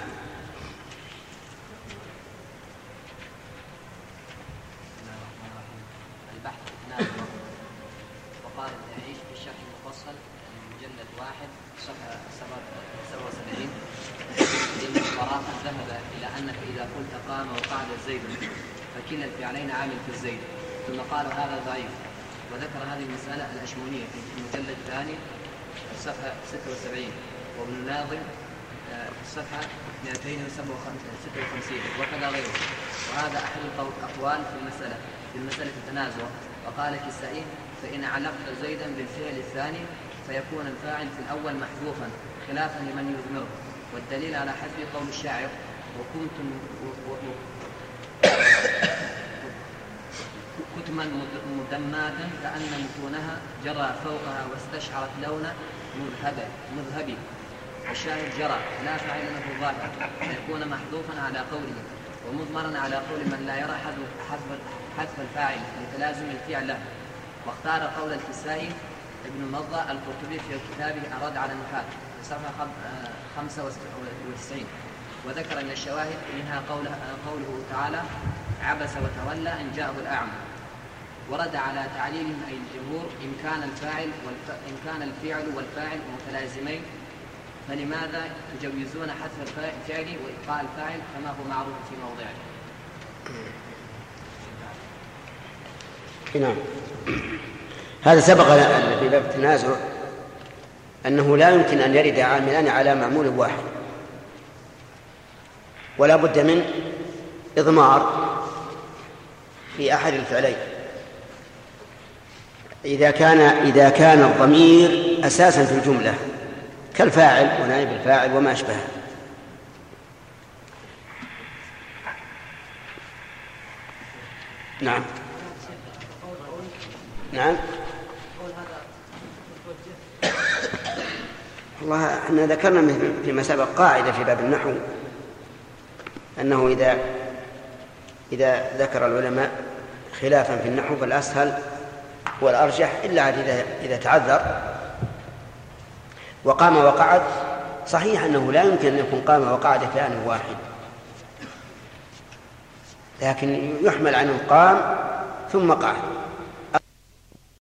البحث التنازل وقال يعيش في الشرح المفصل مجلد واحد صفحة سبعة وسبعين إن الصراحة ذهب إلى أنك إذا قلت قام وقعد زيد فكلا الفعلين عامل في الزيد، ثم قالوا هذا ضعيف. وذكر هذه المسألة الأشمونية في المجلد الثاني الصفحة ستة وسبعين، وابن الناظم في الصفحة مئتين وستة وخمسين، وكذا غيره. وهذا أحد الأقوال في المسألة في المسألة التنازع. وقال كسائي: فإن علقت زيدا بالفعل الثاني فيكون الفاعل في الأول محذوفا خلافا لمن يضمره. والدليل على حذف قول الشاعر: وكنت كتما مدماتا كأن متونها جرى فوقها واستشعرت لون مذهبي مذهبي والشاعر جرى لا فاعل له ظاهر، يكون محذوفا على قوله ومضمرا على قول من لا يرى حذف حذف الفاعل لتلازم الفعل له. واختار قول الكسائي ابن مضى القرطبي في كتابه أراد على النحاة في صفحة خمسة وتسعين، وذكر من الشواهد منها قوله, قوله تعالى: عبس وتولى أن جاءه الأعمى. ورد على تعليلهم أي الجمهور إن كان الفاعل والف... إن كان الفعل والفاعل متلازمين فلماذا تجوزون حذف الفعل وإبقاء الفاعل كما هو معروف في موضعه؟ نعم. هذا سبق في باب التنازع أنه لا يمكن أن يرد عاملان على معمول واحد، ولا بد من إضمار في أحد الفعلين إذا كان إذا كان الضمير أساسا في الجملة كالفاعل ونائب الفاعل وما أشبهه. نعم نعم والله احنا ذكرنا فيما سبق قاعدة في باب النحو أنه إذا إذا ذكر العلماء خلافا في النحو فالأسهل والأرجح إلا إذا تعذر. وقام وقعد صحيح أنه لا يمكن أن يكون قام وقعد في آن واحد، لكن يحمل عنه قام ثم قعد.